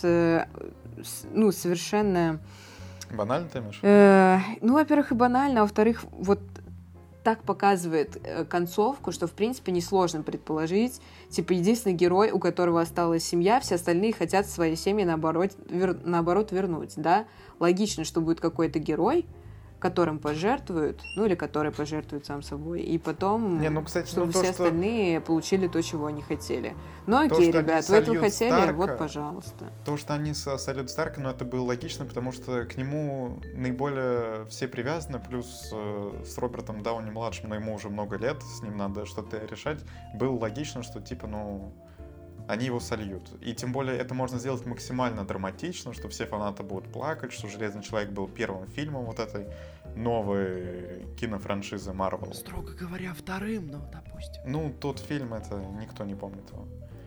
ну, совершенно... Банально ты имеешь? Ну, во-первых, и банально, а во-вторых, вот так показывает концовку, что, в принципе, несложно предположить. Типа, единственный герой, у которого осталась семья, все остальные хотят свои семьи, наоборот, вернуть, да? Логично, что будет какой-то герой, которым пожертвуют, ну, или который пожертвует сам собой, и потом, кстати, чтобы все остальные получили то, чего они хотели. Ну, то, окей, ребят, вы этого хотели, Старка, вот, пожалуйста. То, что они сольют Старка, но это было логично, потому что к нему наиболее все привязаны, плюс с Робертом Дауни-младшим, но ему уже много лет, с ним надо что-то решать, было логично, что, типа, они его сольют. И тем более это можно сделать максимально драматично, что все фанаты будут плакать, что «Железный человек» был первым фильмом вот этой новой кинофраншизы Marvel. Строго говоря, вторым, но допустим. Ну, тот фильм, это никто не помнит его.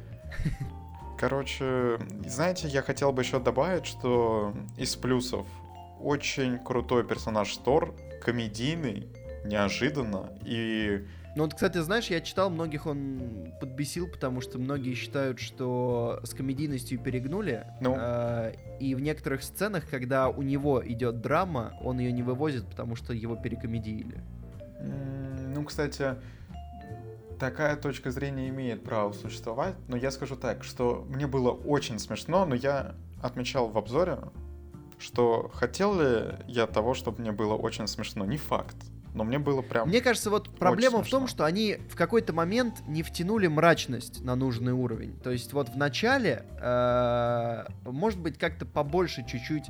Короче, знаете, я хотел бы еще добавить, что из плюсов очень крутой персонаж Тор, комедийный, неожиданно, и... Ну вот, кстати, знаешь, я читал, многих он подбесил, потому что многие считают, что с комедийностью перегнули, и в некоторых сценах, когда у него идет драма, он ее не вывозит, потому что его перекомедиили. Ну, кстати, такая точка зрения имеет право существовать, но я скажу так, что мне было очень смешно, но я отмечал в обзоре, что хотел ли я того, чтобы мне было очень смешно. Не факт, но мне было прям... Мне кажется, вот проблема в том, что они в какой-то момент не втянули мрачность на нужный уровень. То есть вот в начале, может быть, как-то побольше чуть-чуть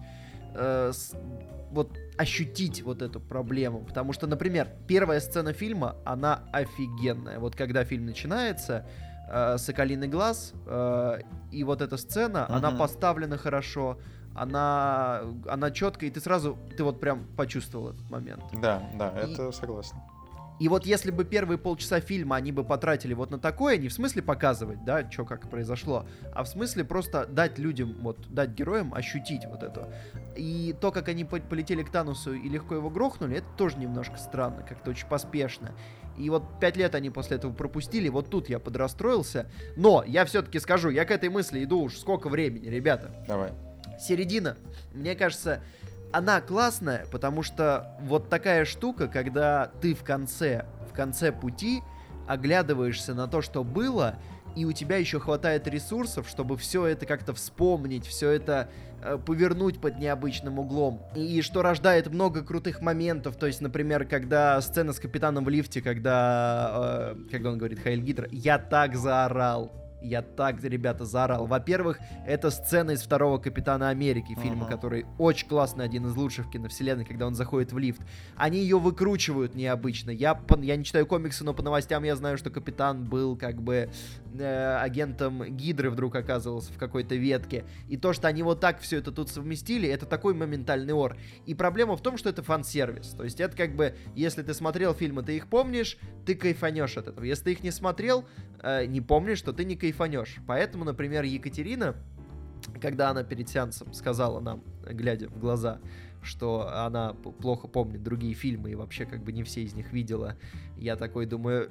вот ощутить вот эту проблему. Потому что, например, первая сцена фильма, она офигенная. Вот когда фильм начинается, «Соколиный глаз», и вот эта сцена, она поставлена хорошо, она четкая, и ты вот прям почувствовал этот момент. Да, это согласен. И вот если бы первые полчаса фильма они бы потратили вот на такое, не в смысле показывать, да, что как произошло, а в смысле просто дать людям, вот, дать героям ощутить вот это. И то, как они полетели к Танусу и легко его грохнули, это тоже немножко странно, как-то очень поспешно. И вот 5 лет они после этого пропустили, вот тут я подрастроился. Но я все-таки скажу, я к этой мысли иду уж сколько времени, ребята. Давай. Середина, мне кажется, она классная, потому что вот такая штука, когда ты в конце пути оглядываешься на то, что было, и у тебя еще хватает ресурсов, чтобы все это как-то вспомнить, все это повернуть под необычным углом. И что рождает много крутых моментов. То есть, например, когда сцена с капитаном в лифте, когда он говорит «Хайль Гидра», я так заорал. Я так, ребята, заорал. Во-первых, это сцена из второго «Капитана Америки», фильма, который очень классный, один из лучших в киновселенной, когда он заходит в лифт. Они ее выкручивают необычно. Я не читаю комиксы, но по новостям я знаю, что Капитан был как бы агентом Гидры, вдруг оказывался в какой-то ветке. И то, что они вот так все это тут совместили, это такой моментальный ор. И проблема в том, что это фан-сервис. То есть это как бы, если ты смотрел фильмы, ты их помнишь, ты кайфанешь от этого. Если ты их не смотрел, не помнишь, что ты не кайфанешь. Поэтому, например, Екатерина, когда она перед сеансом сказала нам, глядя в глаза, что она плохо помнит другие фильмы и вообще как бы не все из них видела, я такой думаю...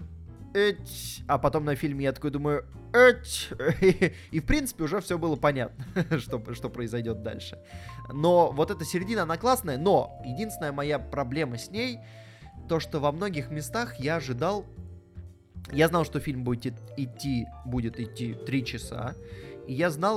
А потом на фильме я такой думаю... И в принципе уже все было понятно, что произойдет дальше. Но вот эта середина, она классная, но единственная моя проблема с ней, то, что во многих местах я ожидал... Я знал, что фильм будет идти 3 часа, и я знал,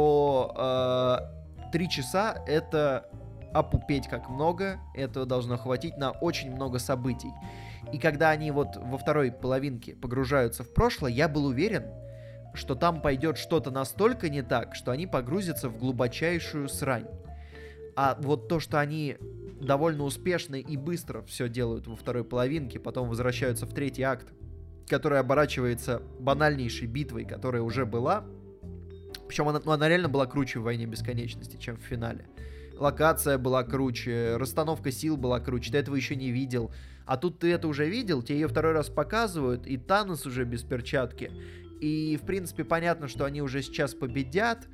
что 3 часа — это опупеть как много, этого должно хватить на очень много событий. И когда они вот во второй половинке погружаются в прошлое, я был уверен, что там пойдет что-то настолько не так, что они погрузятся в глубочайшую срань. А вот то, что они довольно успешно и быстро все делают во второй половинке, потом возвращаются в третий акт, которая оборачивается банальнейшей битвой, которая уже была. Причем она реально была круче в «Войне бесконечности», чем в финале. Локация была круче, расстановка сил была круче, ты этого еще не видел. А тут ты это уже видел, тебе ее второй раз показывают, и Танос уже без перчатки. И, в принципе, понятно, что они уже сейчас победят.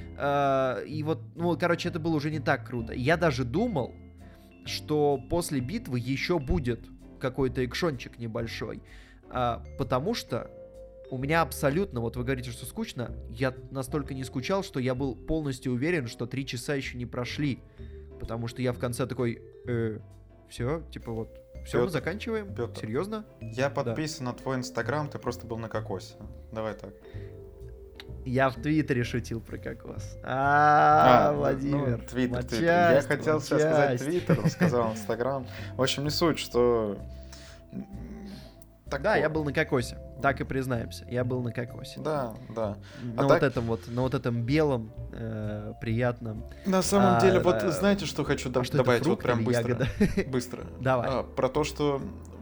И вот, короче, это было уже не так круто. Я даже думал, что после битвы еще будет какой-то экшончик небольшой. Потому что у меня абсолютно, вот вы говорите, что скучно, я настолько не скучал, что я был полностью уверен, что 3 часа еще не прошли. Потому что я в конце такой, все, типа вот, все, мы заканчиваем. Петр, серьезно? Я подписан на твой инстаграм, ты просто был на кокосе. Давай так. Я в Твиттере шутил про кокос. Владимир. Твиттер. Я хотел сейчас сказать Твиттер, но сказал Инстаграм. В общем, не суть, что... Да, я был на кокосе. Так и признаемся. Я был на кокосе. Да. На вот этом белом, приятном. На самом деле, вот знаете, что хочу добавить вот прям быстро? Давай. Про то, что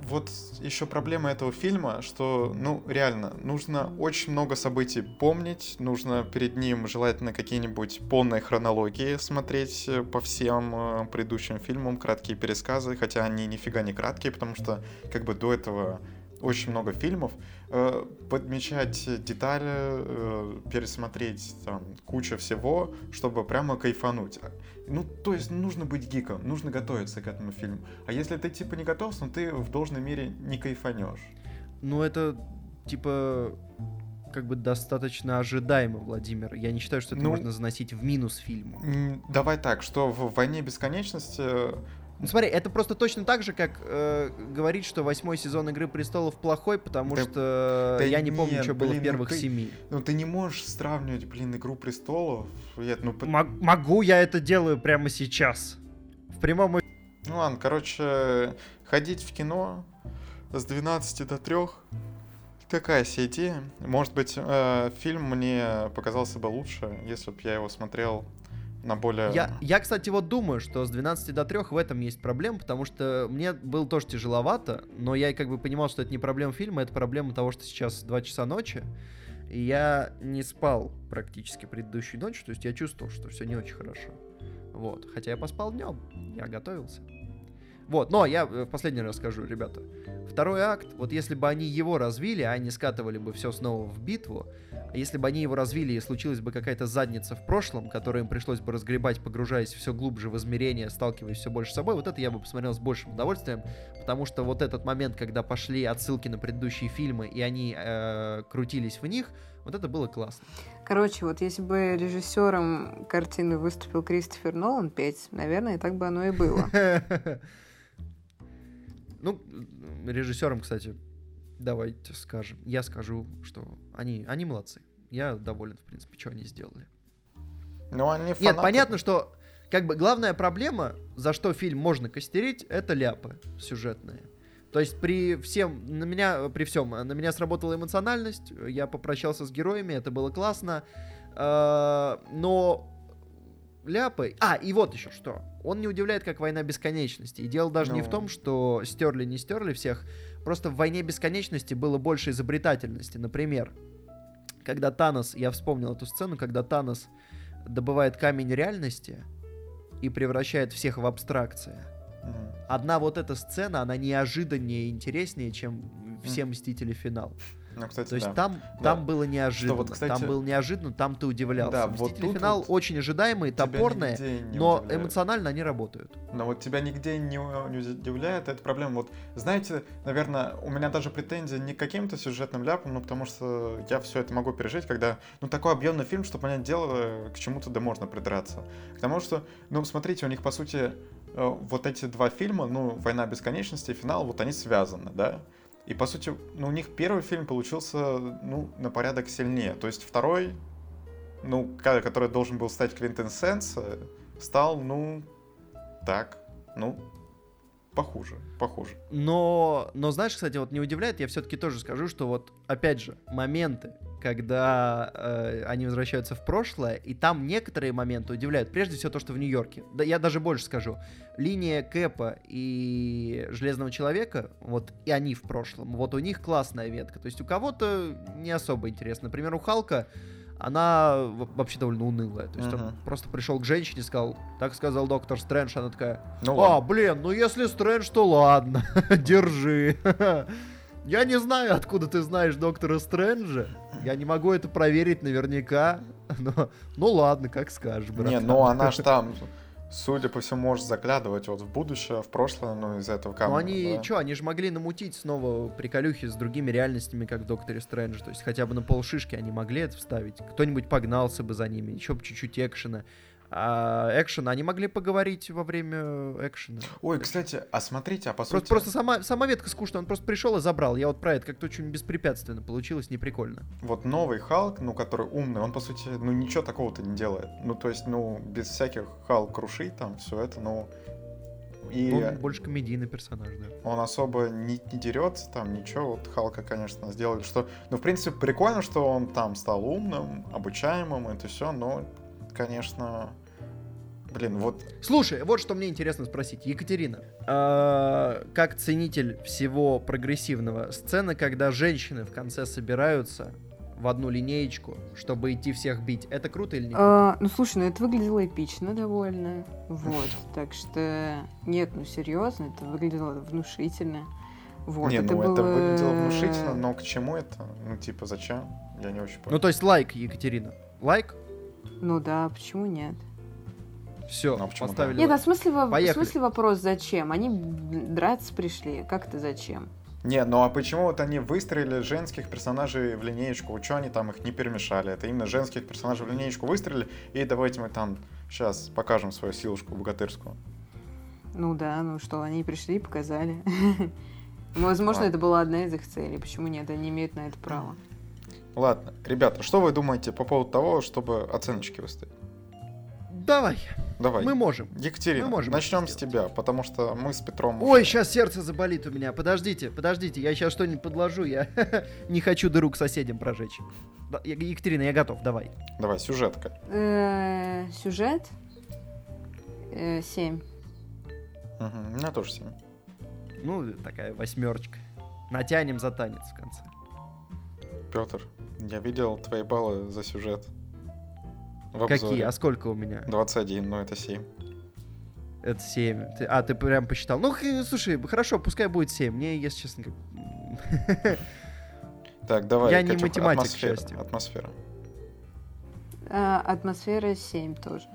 вот еще проблема этого фильма, что, ну, реально, нужно очень много событий помнить, нужно перед ним желательно какие-нибудь полные хронологии смотреть по всем предыдущим фильмам, краткие пересказы, хотя они нифига не краткие, потому что, как бы, до этого очень много фильмов, подмечать детали, пересмотреть там кучу всего, чтобы прямо кайфануть. Ну, то есть нужно быть гиком, нужно готовиться к этому фильму. А если ты типа не готов, ну ты в должной мере не кайфанешь. Ну, это типа как бы достаточно ожидаемо, Владимир. Я не считаю, что это можно заносить в минус фильму. Давай так, что в «Войне бесконечности». Ну смотри, это просто точно так же, как говорить, что 8-й сезон «Игры престолов» плохой, потому что я не помню, что было в первых 7. Ну ты не можешь сравнивать, «Игру престолов». Могу, я это делаю прямо сейчас. В прямом эфире. Ну ладно, короче, ходить в кино с 12 до 3 такая себе идея. Может быть, фильм мне показался бы лучше, если бы я его смотрел на более... Я, кстати, вот думаю, что с 12 до 3 в этом есть проблема, потому что мне было тоже тяжеловато, но я как бы понимал, что это не проблема фильма, это проблема того, что сейчас 2 часа ночи, и я не спал практически предыдущей ночью, то есть я чувствовал, что все не очень хорошо. Вот. Хотя я поспал днем, я готовился. Вот, но я в последний раз скажу, ребята. Второй акт, вот если бы они его развили, а они скатывали бы все снова в битву, а если бы они его развили и случилась бы какая-то задница в прошлом, которую им пришлось бы разгребать, погружаясь все глубже в измерения, сталкиваясь все больше с собой, вот это я бы посмотрел с большим удовольствием, потому что вот этот момент, когда пошли отсылки на предыдущие фильмы, и они крутились в них, вот это было классно. Короче, вот если бы режиссером картины выступил Кристофер Нолан, Петь, наверное, так бы оно и было. Ну, режиссерам, кстати, давайте скажем. Я скажу, что они молодцы. Я доволен, в принципе, что они сделали. Ну, они фанаты. Нет, понятно, что как бы главная проблема, за что фильм можно костерить, это ляпы сюжетные. То есть при всем на меня сработала эмоциональность, я попрощался с героями, это было классно, но ляпы... и вот еще что. Он не удивляет, как «Война бесконечности». И дело даже не в том, что не стерли всех. Просто в «Войне бесконечности» было больше изобретательности. Например, когда Танос... Я вспомнил эту сцену, когда Танос добывает камень реальности и превращает всех в абстракции. Одна вот эта сцена, она неожиданнее и интереснее, чем все «Мстители. Финал». Ну, кстати, то есть там было неожиданно. Вот, кстати, там было неожиданно, там ты удивлялся. Да, «Мстители. вот Финал» очень ожидаемые, топорные, но удивляет. Эмоционально они работают. Но вот тебя нигде не удивляет, это проблема. Вот, знаете, наверное, у меня даже претензии не к каким-то сюжетным ляпам, потому что я все это могу пережить, когда, такой объемный фильм, что, понятное дело, к чему-то да можно придраться. К тому, что, смотрите, у них, по сути, вот эти два фильма, «Война бесконечности» и «Финал», вот они связаны, да? И, по сути, у них первый фильм получился, на порядок сильнее. То есть второй, который должен был стать квинтэссенцией, стал, похуже. Но знаешь, кстати, вот не удивляет, я все-таки тоже скажу, что вот, опять же, моменты, когда они возвращаются в прошлое, и там некоторые моменты удивляют. Прежде всего то, что в Нью-Йорке. Да, я даже больше скажу. Линия Кэпа и Железного Человека, вот, и они в прошлом, вот у них классная ветка. То есть у кого-то не особо интересно. Например, у Халка она вообще довольно унылая. То есть он просто пришел к женщине и сказал, так сказал доктор Стрэндж, она такая, если Стрэндж, то ладно, держи. Я не знаю, откуда ты знаешь доктора Стрэнджа. Я не могу это проверить наверняка. Но, ладно, как скажешь, брат. Она ж там, судя по всему, может заглядывать вот в будущее, в прошлое, из этого камня. Они же могли намутить снова приколюхи с другими реальностями, как в Докторе Стрэндже. То есть хотя бы на полшишки они могли это вставить. Кто-нибудь погнался бы за ними, еще бы чуть-чуть экшена. А экшен, они могли поговорить во время экшена. Ой, кстати, смотрите, по сути... Просто сама ветка скучная, он просто пришел и забрал. Я вот про это как-то очень беспрепятственно получилось, неприкольно. Вот новый Халк, который умный, он, по сути, ничего такого-то не делает. То есть, без всяких Халк крушей там, все это, И он больше комедийный персонаж, да. Он особо не дерется, там ничего. Вот Халка, конечно, сделали, что... в принципе, прикольно, что он там стал умным, обучаемым, это все, но, конечно... Блин, вот... Слушай, вот что мне интересно спросить. Екатерина, как ценитель всего прогрессивного, сцена, когда женщины в конце собираются в одну линеечку, чтобы идти всех бить, это круто или нет? Ну, слушай, ну это выглядело эпично довольно. Вот, так что... Нет, ну серьезно, это выглядело внушительно. Вот, Не, это ну это было... выглядело внушительно, но к чему это? Ну, типа, зачем? Я не очень понял. Ну, то есть лайк, Екатерина. Лайк? Ну да, почему нет? Все, Ну, а почему поставили. Нет, а лайк. в Поехали. смысле вопрос зачем? Они драться пришли. Как-то зачем? Не, ну а почему вот они выстроили женских персонажей в линеечку? Чего они там их не перемешали? Это именно женских персонажей в линеечку выстроили, и давайте мы там сейчас покажем свою силушку богатырскую. Ну да, ну что, они пришли и показали. Возможно, Ладно. это была одна из их целей. Почему нет? Они имеют на это право. Ладно, ребята, что вы думаете по поводу того, чтобы оценочки выставить? Давай, Давай. мы можем. Екатерина, мы можем начнем это с сделать. тебя, потому что мы с Петром... Ой, уже- сейчас сердце заболит у меня. Подождите, я сейчас что-нибудь подложу. Я не хочу дыру к соседям прожечь. Да, Екатерина, я готов, давай. Давай, сюжетка. Сюжет? 7. Угу, у меня тоже 7. Ну, такая 8. Натянем за танец в конце. Петр, я видел твои баллы за сюжет. В Какие? обзоре. А сколько у меня? 21, ну это 7. Это 7. Ты прям посчитал. Ну, слушай, хорошо, пускай будет 7. Мне, если честно, Так, давай. Я не Катюха, математик, к атмосфера, счастью. Атмосфера. Атмосфера 7 тоже.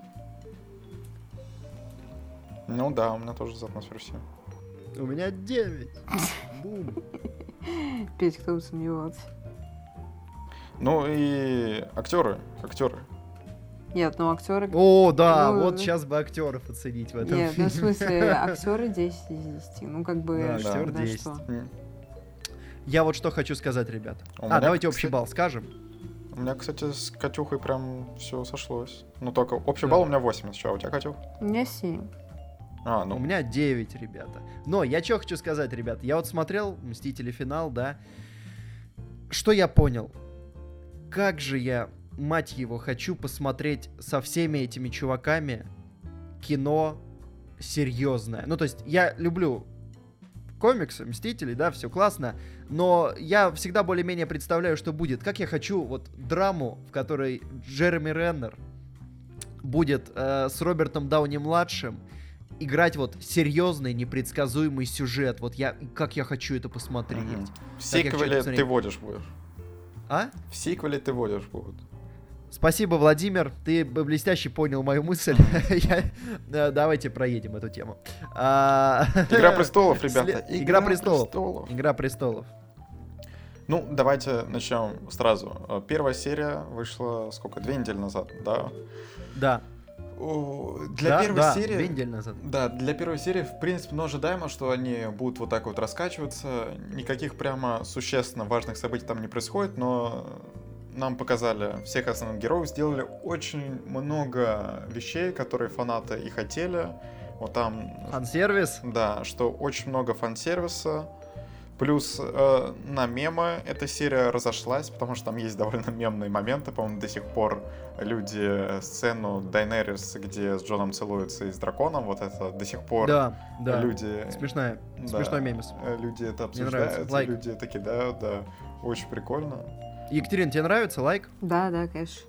Ну да, у меня тоже за атмосферу 7. у меня 9. Бум. Петь, кто бы сомневался. Ну и актеры. Нет, ну актеры... О, да, Ну, вот сейчас бы актеров оценить в этом Нет, ну в фильме. смысле, актеры 10 из 10. Ну как бы... Да, актер да 10. что? Я вот что хочу сказать, ребята. У меня, Давайте общий кстати, балл скажем. У меня, кстати, с Катюхой прям все сошлось. Ну только общий Да. балл у меня 8 сначала. У тебя, Катюх? У меня 7. А, У ну, меня 9, ребята. Но я что хочу сказать, ребята. Я вот смотрел «Мстители. Финал», да. Что я понял? Как же я, мать его, хочу посмотреть со всеми этими чуваками кино серьезное. Ну, то есть я люблю комиксы, Мстители, да, все классно, но я всегда более-менее представляю, что будет. Как я хочу вот драму, в которой Джереми Реннер будет с Робертом Дауни-младшим играть вот серьезный, непредсказуемый сюжет. Вот как я хочу это посмотреть. мгм. В я хочу сиквеле посмотреть. ты водишь будешь. А? В сиквеле ты водишь будут. Спасибо, Владимир, ты блестяще понял мою мысль. Давайте проедем эту тему. Игра престолов, ребята. Игра престолов. Игра престолов. Ну, давайте начнем сразу. Первая серия вышла, сколько, 2 недели назад, да? Да. Для Да, первой да, серии... 2 недели назад. Да, для первой серии, в принципе, ну, ожидаемо, что они будут вот так вот раскачиваться. Никаких прямо существенно важных событий там не происходит, но нам показали всех основных героев, сделали очень много вещей, которые фанаты и хотели. Вот там... Фан-сервис. Да, что очень много фан-сервиса. Плюс на мемы эта серия разошлась, потому что там есть довольно мемные моменты. По-моему, до сих пор люди сцену Дайнерис, где с Джоном целуется и с драконом, вот это до сих пор Да, да. люди... Смешной Да, мемес. люди это Мне нравится. обсуждают, Лайк. люди это кидают, да. Очень прикольно. Екатерина, тебе нравится? Лайк? Да, конечно.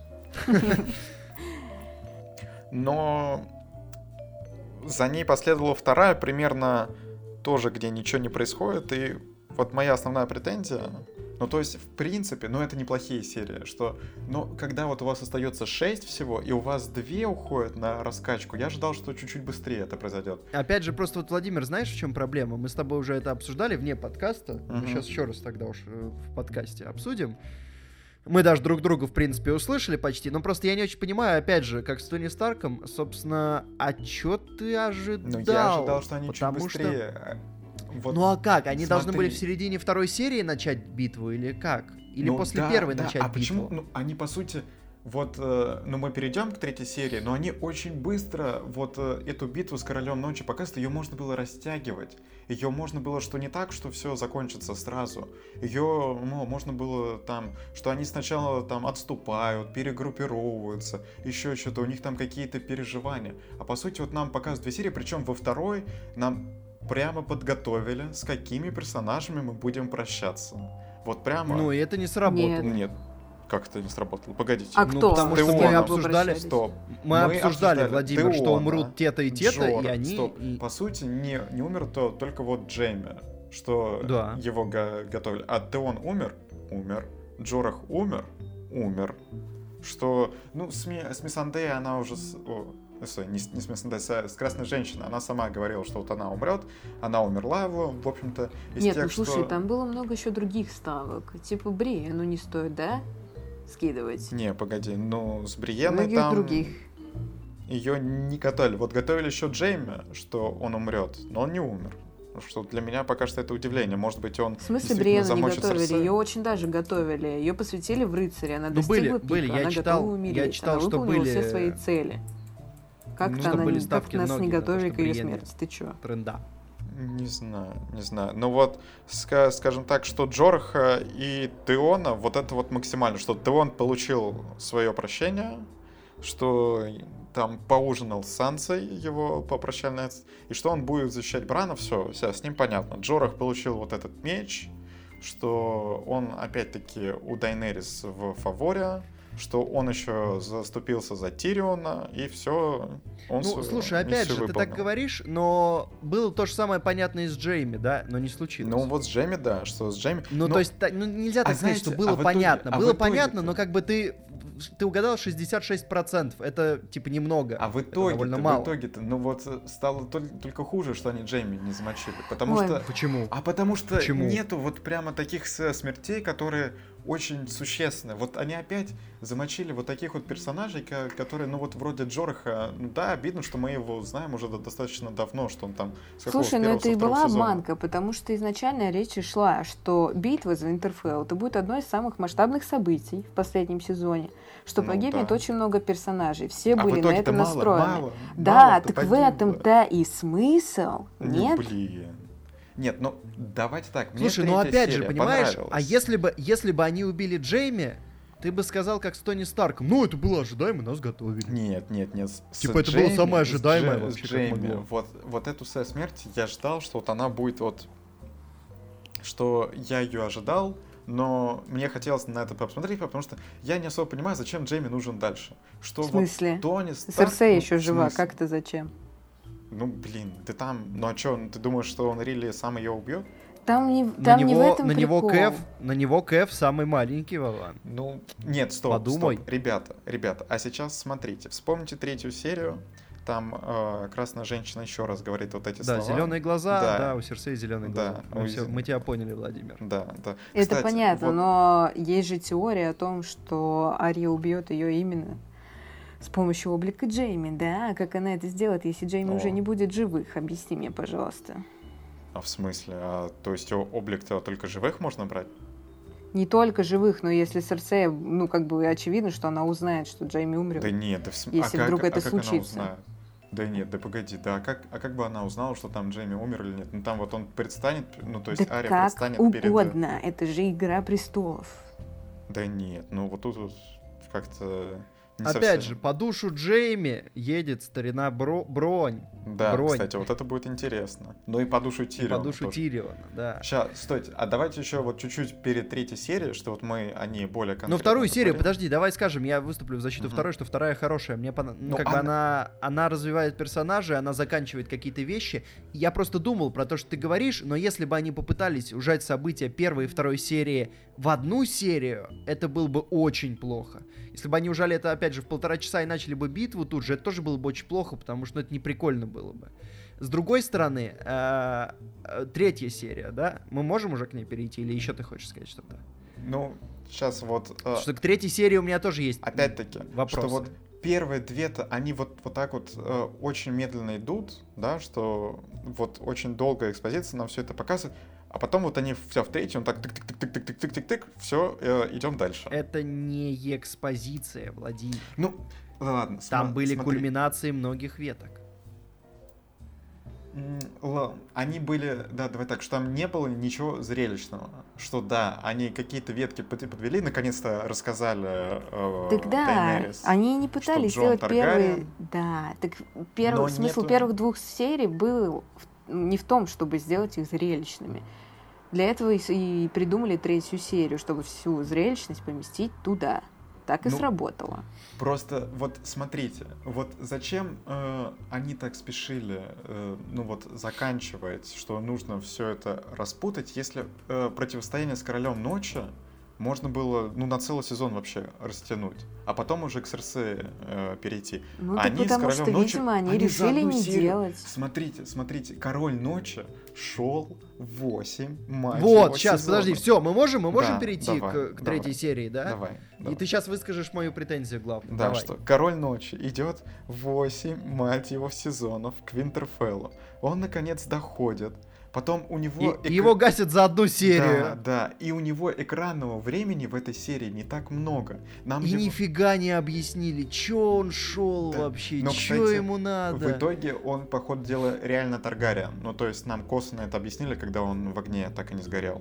Но за ней последовала вторая, примерно тоже, где ничего не происходит. И вот моя основная претензия, ну то есть в принципе, ну это неплохие серии, что, ну когда вот у вас остается 6 всего, и у вас 2 уходят на раскачку, я ожидал, что чуть-чуть быстрее это произойдет. Опять же, просто вот, Владимир, знаешь, в чем проблема? Мы с тобой уже это обсуждали вне подкаста. Мы Мгм. сейчас еще раз тогда уж в подкасте обсудим. Мы даже друг друга, в принципе, услышали почти, но просто я не очень понимаю, опять же, как с Тони Старком, собственно, а чё ты ожидал? Ну я ожидал, что они чуть Потому быстрее. Вот, Ну а как? Они должны были смотри. в середине второй серии начать битву или как? Или ну после да, первой да, начать а битву? почему? Ну они по сути вот, ну, мы перейдем к третьей серии, но они очень быстро вот эту битву с Королем Ночи показывают, ее можно было растягивать. Ее можно было, что не так, что все закончится сразу. Ее, ну, можно было там, что они сначала там отступают, перегруппировываются, еще что-то, у них там какие-то переживания. А по сути вот нам показывают 2 серии, причем во второй нам прямо подготовили, с какими персонажами мы будем прощаться. Вот прямо... Ну, и это не сработало. Нет. Как это не сработало? Погодите. А Ну, кто? потому что мы обсуждали... Стоп. Мы обсуждали, Владимир, что умрут те-то и те-то, Джор, и они... Стоп. По сути, не умер то только вот Джейми, что его готовили. А Теон умер? Умер. Джорах умер? Умер. Что, ну, с Миссандей она уже... не с Миссандей, с Красной Женщиной. Она сама говорила, что вот она умрет. Она умерла, в общем-то, из Нет, тех, ну слушай, что... там было много еще других ставок. Типа Бри, ну не стоит, да? Скидывать. Не, погоди, ну с Бриенной многих там... других. Ее не готовили. Вот готовили еще Джейми, что он умрет, но он не умер. Что для меня пока что это удивление. Может быть, он В смысле действительно Бриенну не замочит готовили? Серсея? Ее очень даже готовили. Ее посвятили в рыцаре. Она Ну, достигла были, пика, я она читал, готова умереть. я читал, она что выполнила были... все свои цели. Как-то Ну, что она, были как ставки нас не многие на то, готовили что к ее Бриенне смерти. Ты чё? Тренда. Не знаю. Ну вот, скажем так, что Джораха и Теона, вот это вот максимально, что Теон получил свое прощение, что там поужинал с Сансой, его попрощальный, и что он будет защищать Брана, все, с ним понятно. Джорах получил вот этот меч, что он опять-таки у Дайнерис в фаворе, что он еще заступился за Тириона, и все. Ну, слушай, опять же, ты так говоришь, но было то же самое понятно и с Джейми, да, но не случилось. Ну, вот с Джейми, да, что с Джейми... Ну, то есть, нельзя так сказать, что было понятно. Было понятно, но как бы ты угадал 66%, это, типа, немного. А в итоге, довольно мало. В итоге-то, ну вот, стало только хуже, что они Джейми не замочили, потому Ой. что... Почему? А потому что Почему? нету вот прямо таких смертей, которые очень существенны. Вот они опять замочили вот таких вот персонажей, которые, ну вот вроде Джораха, ну да, обидно, что мы его знаем уже достаточно давно, что он там с какого Слушай, ну первого, это и со второго была сезона. обманка, потому что изначально речь и шла, что битва за Винтерфелл это будет одно из самых масштабных событий в последнем сезоне, что Ну погибнет да. очень много персонажей, все А в были на итоге-то это мало, настроены. Да, мало-то так в погибло. этом-то и смысл, Ну, нет? блин. Нет, ну давайте так. Мне Слушай, ну третья опять же, серия понимаешь, понравилась. а если бы они убили Джейми, ты бы сказал, как с Тони Старком, ну, это было ожидаемо, нас готовили. Нет. Типа, это было самое ожидаемое вообще, как Джейми, могло. вот эту смерть я ждал, что вот она будет вот... Что я ее ожидал, но мне хотелось на это посмотреть, потому что я не особо понимаю, зачем Джейми нужен дальше. Что В смысле? Вот Тони Старк... Серсея ну, еще в жива, смысле? как-то зачем? Ну, блин, ты там... Ну, а что, ты думаешь, что он Рилли сам ее убьет? Там не в этом на прикол. него Кэв самый маленький, Вован. Ну, нет, стоп, Подумай. стоп. Ребята, а сейчас смотрите, вспомните 3-ю серию, там Красная Женщина еще раз говорит вот эти Да, слова. зеленые глаза, Да. да, у Серсеи зеленые Да, глаза. Мы тебя поняли, Владимир. Да. Это Кстати, понятно, вот- но есть же теория о том, что Ария убьет ее именно с помощью облика Джейми, да? Как она это сделает, если Джейми О. уже не будет живых? Объясни мне, пожалуйста. А в смысле? То есть облик-то только живых можно брать? Не только живых, но если Серсея, ну, как бы очевидно, что она узнает, что Джейми умрет. Да нет, Если вдруг это как она случится. узнает? Да нет, да погоди, да, а как бы она узнала, что там Джейми умер или нет? Ну там вот он предстанет, ну то есть Да Ария как предстанет перед... угодно, это же Игра престолов. Да нет, ну вот тут вот как-то... не Опять совсем. же, по душу Джейми едет старина Бронь. Да, Бронь. кстати, вот это будет интересно. Ну и по душу И Тириона по душу тоже. Тириона, да. Сейчас, стойте, а давайте еще вот чуть-чуть перед 3-й серией, что вот мы о ней более конкретно. Но вторую серию, поговорим. подожди, давай скажем, я выступлю в защиту Мгм. второй, что вторая хорошая. Мне ну, Ну, как бы она развивает персонажей, она заканчивает какие-то вещи. Я просто думал про то, что ты говоришь, но если бы они попытались ужать события первой и второй серии в одну серию, это было бы очень плохо. Если бы они ужали это, опять же, в 1,5 часа и начали бы битву тут же, это тоже было бы очень плохо, потому что это не прикольно было бы. С другой стороны, 3-я серия, да? Мы можем уже к ней перейти, или еще ты хочешь сказать что-то? Ну, сейчас вот... Что к 3-й серии у меня тоже есть Опять-таки, вопросы. что вот первые 2-то, они вот так вот очень медленно идут, да, что вот очень долгая экспозиция нам все это показывает, А потом вот они все в третьем, так тык-тык-тык-тык-тык-тык-тык, все, идем дальше. Это не экспозиция, Владимир. Ну, ладно. Там были смотри. кульминации многих веток. Они были, да, давай так, что там не было ничего зрелищного. Что да, они какие-то ветки подвели, наконец-то рассказали Так да, Дейенерис, они не пытались что Джон сделать первые... Таргариен. Да, так Но смысл нету- первых 2 серий был не в том, чтобы сделать их зрелищными. Для этого и придумали 3-ю серию, чтобы всю зрелищность поместить туда. Так и Ну, сработало. Просто вот смотрите, вот зачем они так спешили, заканчивать, что нужно все это распутать, если противостояние с Королем Ночи можно было, на целый сезон вообще растянуть, а потом уже к Серсеи перейти. Ну, А так они с потому Королем что, Ночи, видимо, они за решили одну не серию- делать. Смотрите, Король Ночи шел 8 матчей. Вот, сейчас, подожди, все, мы можем Да, перейти давай, к 3-й давай. серии, да? Давай. И ты сейчас выскажешь мою претензию главную. Да, Давай. что Король Ночи идет 8, мать его, сезонов к Винтерфеллу. Он, наконец, доходит. Потом у него... И его гасят за одну серию. Да. И у него экранного времени в этой серии не так много. Нам И его- нифига не объяснили, чё он шел Да. вообще, Но, чё кстати, ему надо. В итоге он, по ходу дела, реально Таргариен. Ну, то есть нам косвенно это объяснили, когда он в огне так и не сгорел.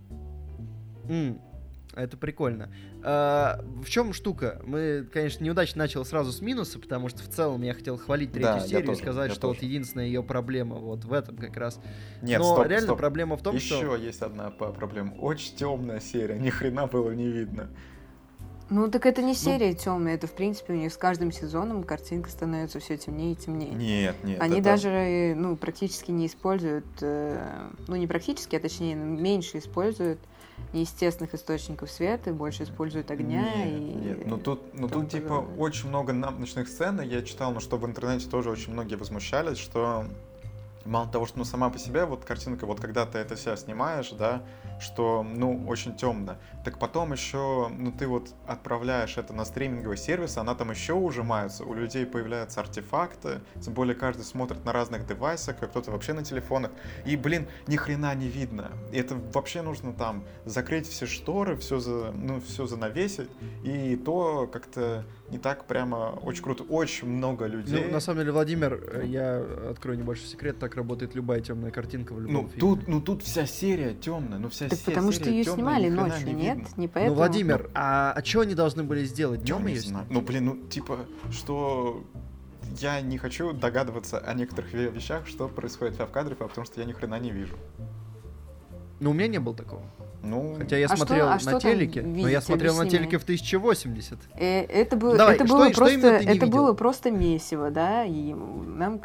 Это прикольно. В чем штука? Мы, конечно, неудачно начал сразу с минуса, потому что в целом я хотел хвалить 3-ю Да, я серию и тоже, сказать, я что вот тоже. единственная ее проблема вот в этом как раз. Нет, Но стоп, реально стоп. проблема в том, Еще что... есть одна проблема. Очень темная серия, ни хрена было не видно. Ну, так это не серия темная, это, в принципе, у них с каждым сезоном картинка становится все темнее и темнее. Нет. Они это- даже, практически не используют, не практически, а точнее, меньше используют неестественных источников света, больше используют огня Нет. Ну тут типа подобное. очень много ночных сцен, и я читал, что в интернете тоже очень многие возмущались, что мало того, что сама по себе вот картинка, вот когда ты это себя снимаешь, да, что, очень темно, так потом еще, ты вот отправляешь это на стриминговый сервис, она там еще ужимается, у людей появляются артефакты, тем более каждый смотрит на разных девайсах, а кто-то вообще на телефонах, и, ни хрена не видно. И это вообще нужно там закрыть все шторы, все занавесить, и то как-то не так прямо очень круто. Очень много людей. Ну, на самом деле, Владимир, я открою небольшой секрет, так работает любая темная картинка в любом фильме. Тут вся серия темная, вся Так серия потому что ее тёмная, снимали ни хрена ночью, не нет? видно. Не поэтому. Ну, Владимир, а что они должны были сделать? Днем Не ее знаю. снять? Что я не хочу догадываться о некоторых вещах, что происходит в кадре, потому что я ни хрена не вижу. Ну, у меня не было такого. Хотя я А смотрел что- а что на там телеке, но я видите? смотрел на Объясни телеке мне. в 1080. Это было, Давай, это что было именно просто, ты не это видел? было просто месиво, да, и нам,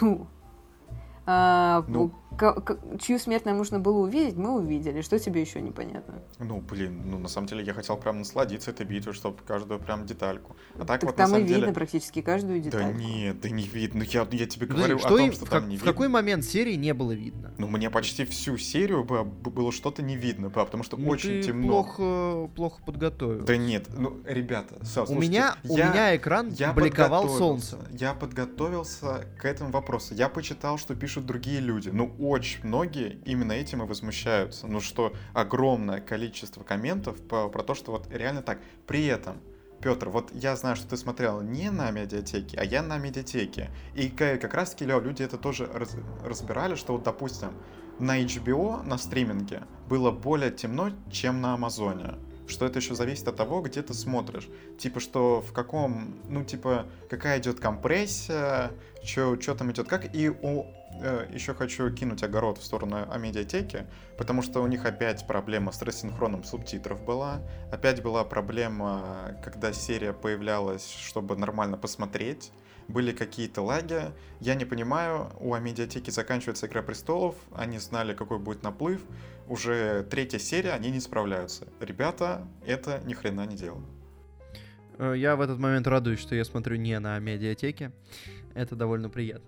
чью смерть нам нужно было увидеть, мы увидели. Что тебе еще непонятно? На самом деле я хотел прям насладиться этой битвой, чтобы каждую прям детальку. А так Так вот на там и самом видно деле... практически каждую Да деталь. нет, да не видно. Я тебе Подожди, говорю о что том, им- что в, там как- не в видно. какой момент серии не было видно? Мне почти всю серию было что-то не видно, потому что Ну, очень ты темно. плохо подготовил. Да нет, ребята, у меня экран бликовал солнцем. Я подготовился к этому вопросу. Я почитал, что пишут другие люди. Очень многие именно этим и возмущаются. Что огромное количество комментов про то, что вот реально так. При этом, Петр, вот я знаю, что ты смотрел не на медиатеке, а я на медиатеке. И как раз-таки, люди это тоже разбирали, что вот, допустим, на HBO, на стриминге, было более темно, чем на Амазоне. Что это еще зависит от того, где ты смотришь. Что в каком, какая идет компрессия, что там идет как. И еще хочу кинуть огород в сторону медиатеки, потому что у них опять проблема с рассинхроном субтитров была. Опять была проблема, когда серия появлялась, чтобы нормально посмотреть. Были какие-то лаги. Я не понимаю, у медиатеки заканчивается «Игра престолов», они знали, какой будет наплыв. Уже 3-я серия, они не справляются. Ребята, это ни хрена не делают. Я в этот момент радуюсь, что я смотрю не на медиатеке. Это довольно приятно.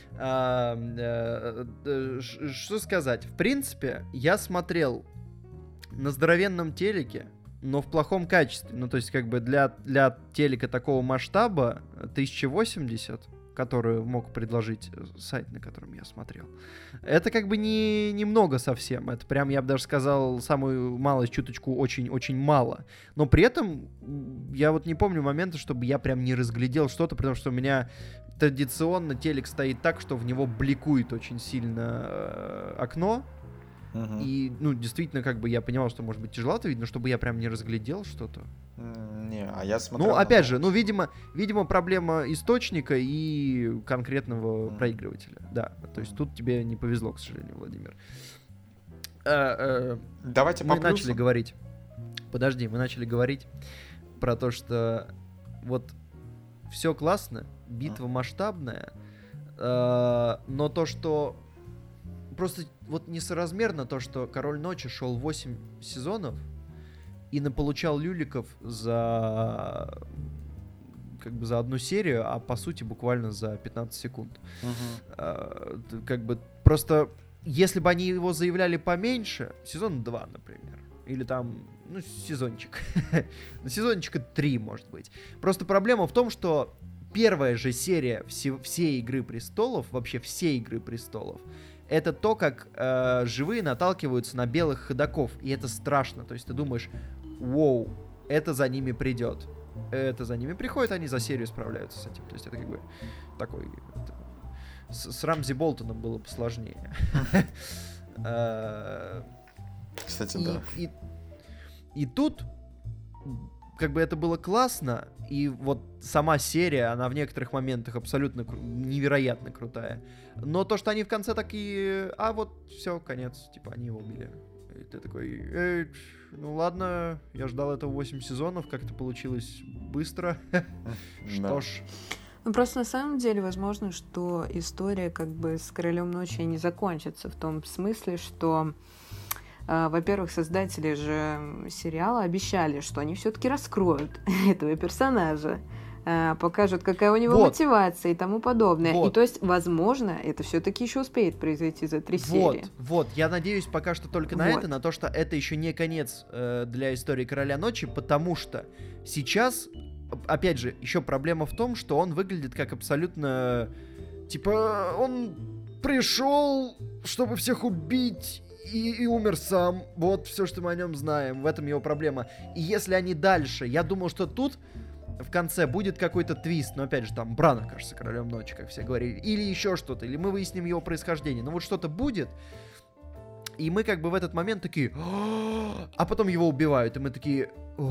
Что сказать? В принципе, я смотрел на здоровенном телеке, но в плохом качестве. То есть, для телека такого масштаба 1080 которую мог предложить сайт, на котором я смотрел. Это как бы немного совсем. Это прям, я бы даже сказал, самую малость, чуточку очень-очень мало. Но при этом я вот не помню момента, чтобы я прям не разглядел что-то, потому что у меня традиционно телек стоит так, что в него бликует очень сильно окно. И, ну, действительно, как бы я понимал, что может быть тяжеловато видно, чтобы я прям не разглядел что-то. Не, а я смотрел... Ну, опять же, ну, видимо, проблема источника и конкретного проигрывателя. Да, то есть тут тебе не повезло, к сожалению, Владимир. Давайте по мы начали говорить. Подожди, мы начали говорить про то, что вот все классно, битва масштабная, но то, что просто вот несоразмерно то, что «Король ночи» шел 8 сезонов и наполучал люликов за как бы за одну серию, а по сути буквально за 15 секунд. Как бы просто, если бы они его заявляли поменьше, сезон 2, например, или там, ну, сезончик, сезончика 3, может быть. Просто проблема в том, что первая же серия всей «Игры престолов», вообще всей «Игры престолов», это то, как живые наталкиваются на белых ходоков, и это страшно. То есть ты думаешь, воу, это за ними придет. Это за ними приходит, они за серию справляются с этим. То есть это как бы такой... С Рамзи Болтоном было посложнее. Кстати, да. И тут как бы это было классно, и вот сама серия, она в некоторых моментах абсолютно невероятно крутая. Но то, что они в конце такие, а вот все, конец, типа они его убили. И ты такой, ну ладно, я ждал этого 8 сезонов, как-то получилось быстро. Что ж. Ну, просто на самом деле, возможно, что история как бы с «Королем ночи» не закончится в том смысле, что, во-первых, создатели же сериала обещали, что они все-таки раскроют этого персонажа, покажут, какая у него мотивация и тому подобное. И то есть, возможно, это все-таки еще успеет произойти за 3 серии. Вот, я надеюсь пока что только на это, на то, что это еще не конец для истории «Короля ночи», потому что сейчас... Опять же, еще проблема в том, что он выглядит как абсолютно... Типа, он пришел, чтобы всех убить, и умер сам. Вот все, что мы о нем знаем. В этом его проблема. И если они дальше... Я думал, что тут в конце будет какой-то твист. Но опять же, там Бран окажется королем ночи, как все говорили. Или еще что-то. Или мы выясним его происхождение. Но вот что-то будет... И мы как бы в этот момент такие... А потом его убивают. И мы такие...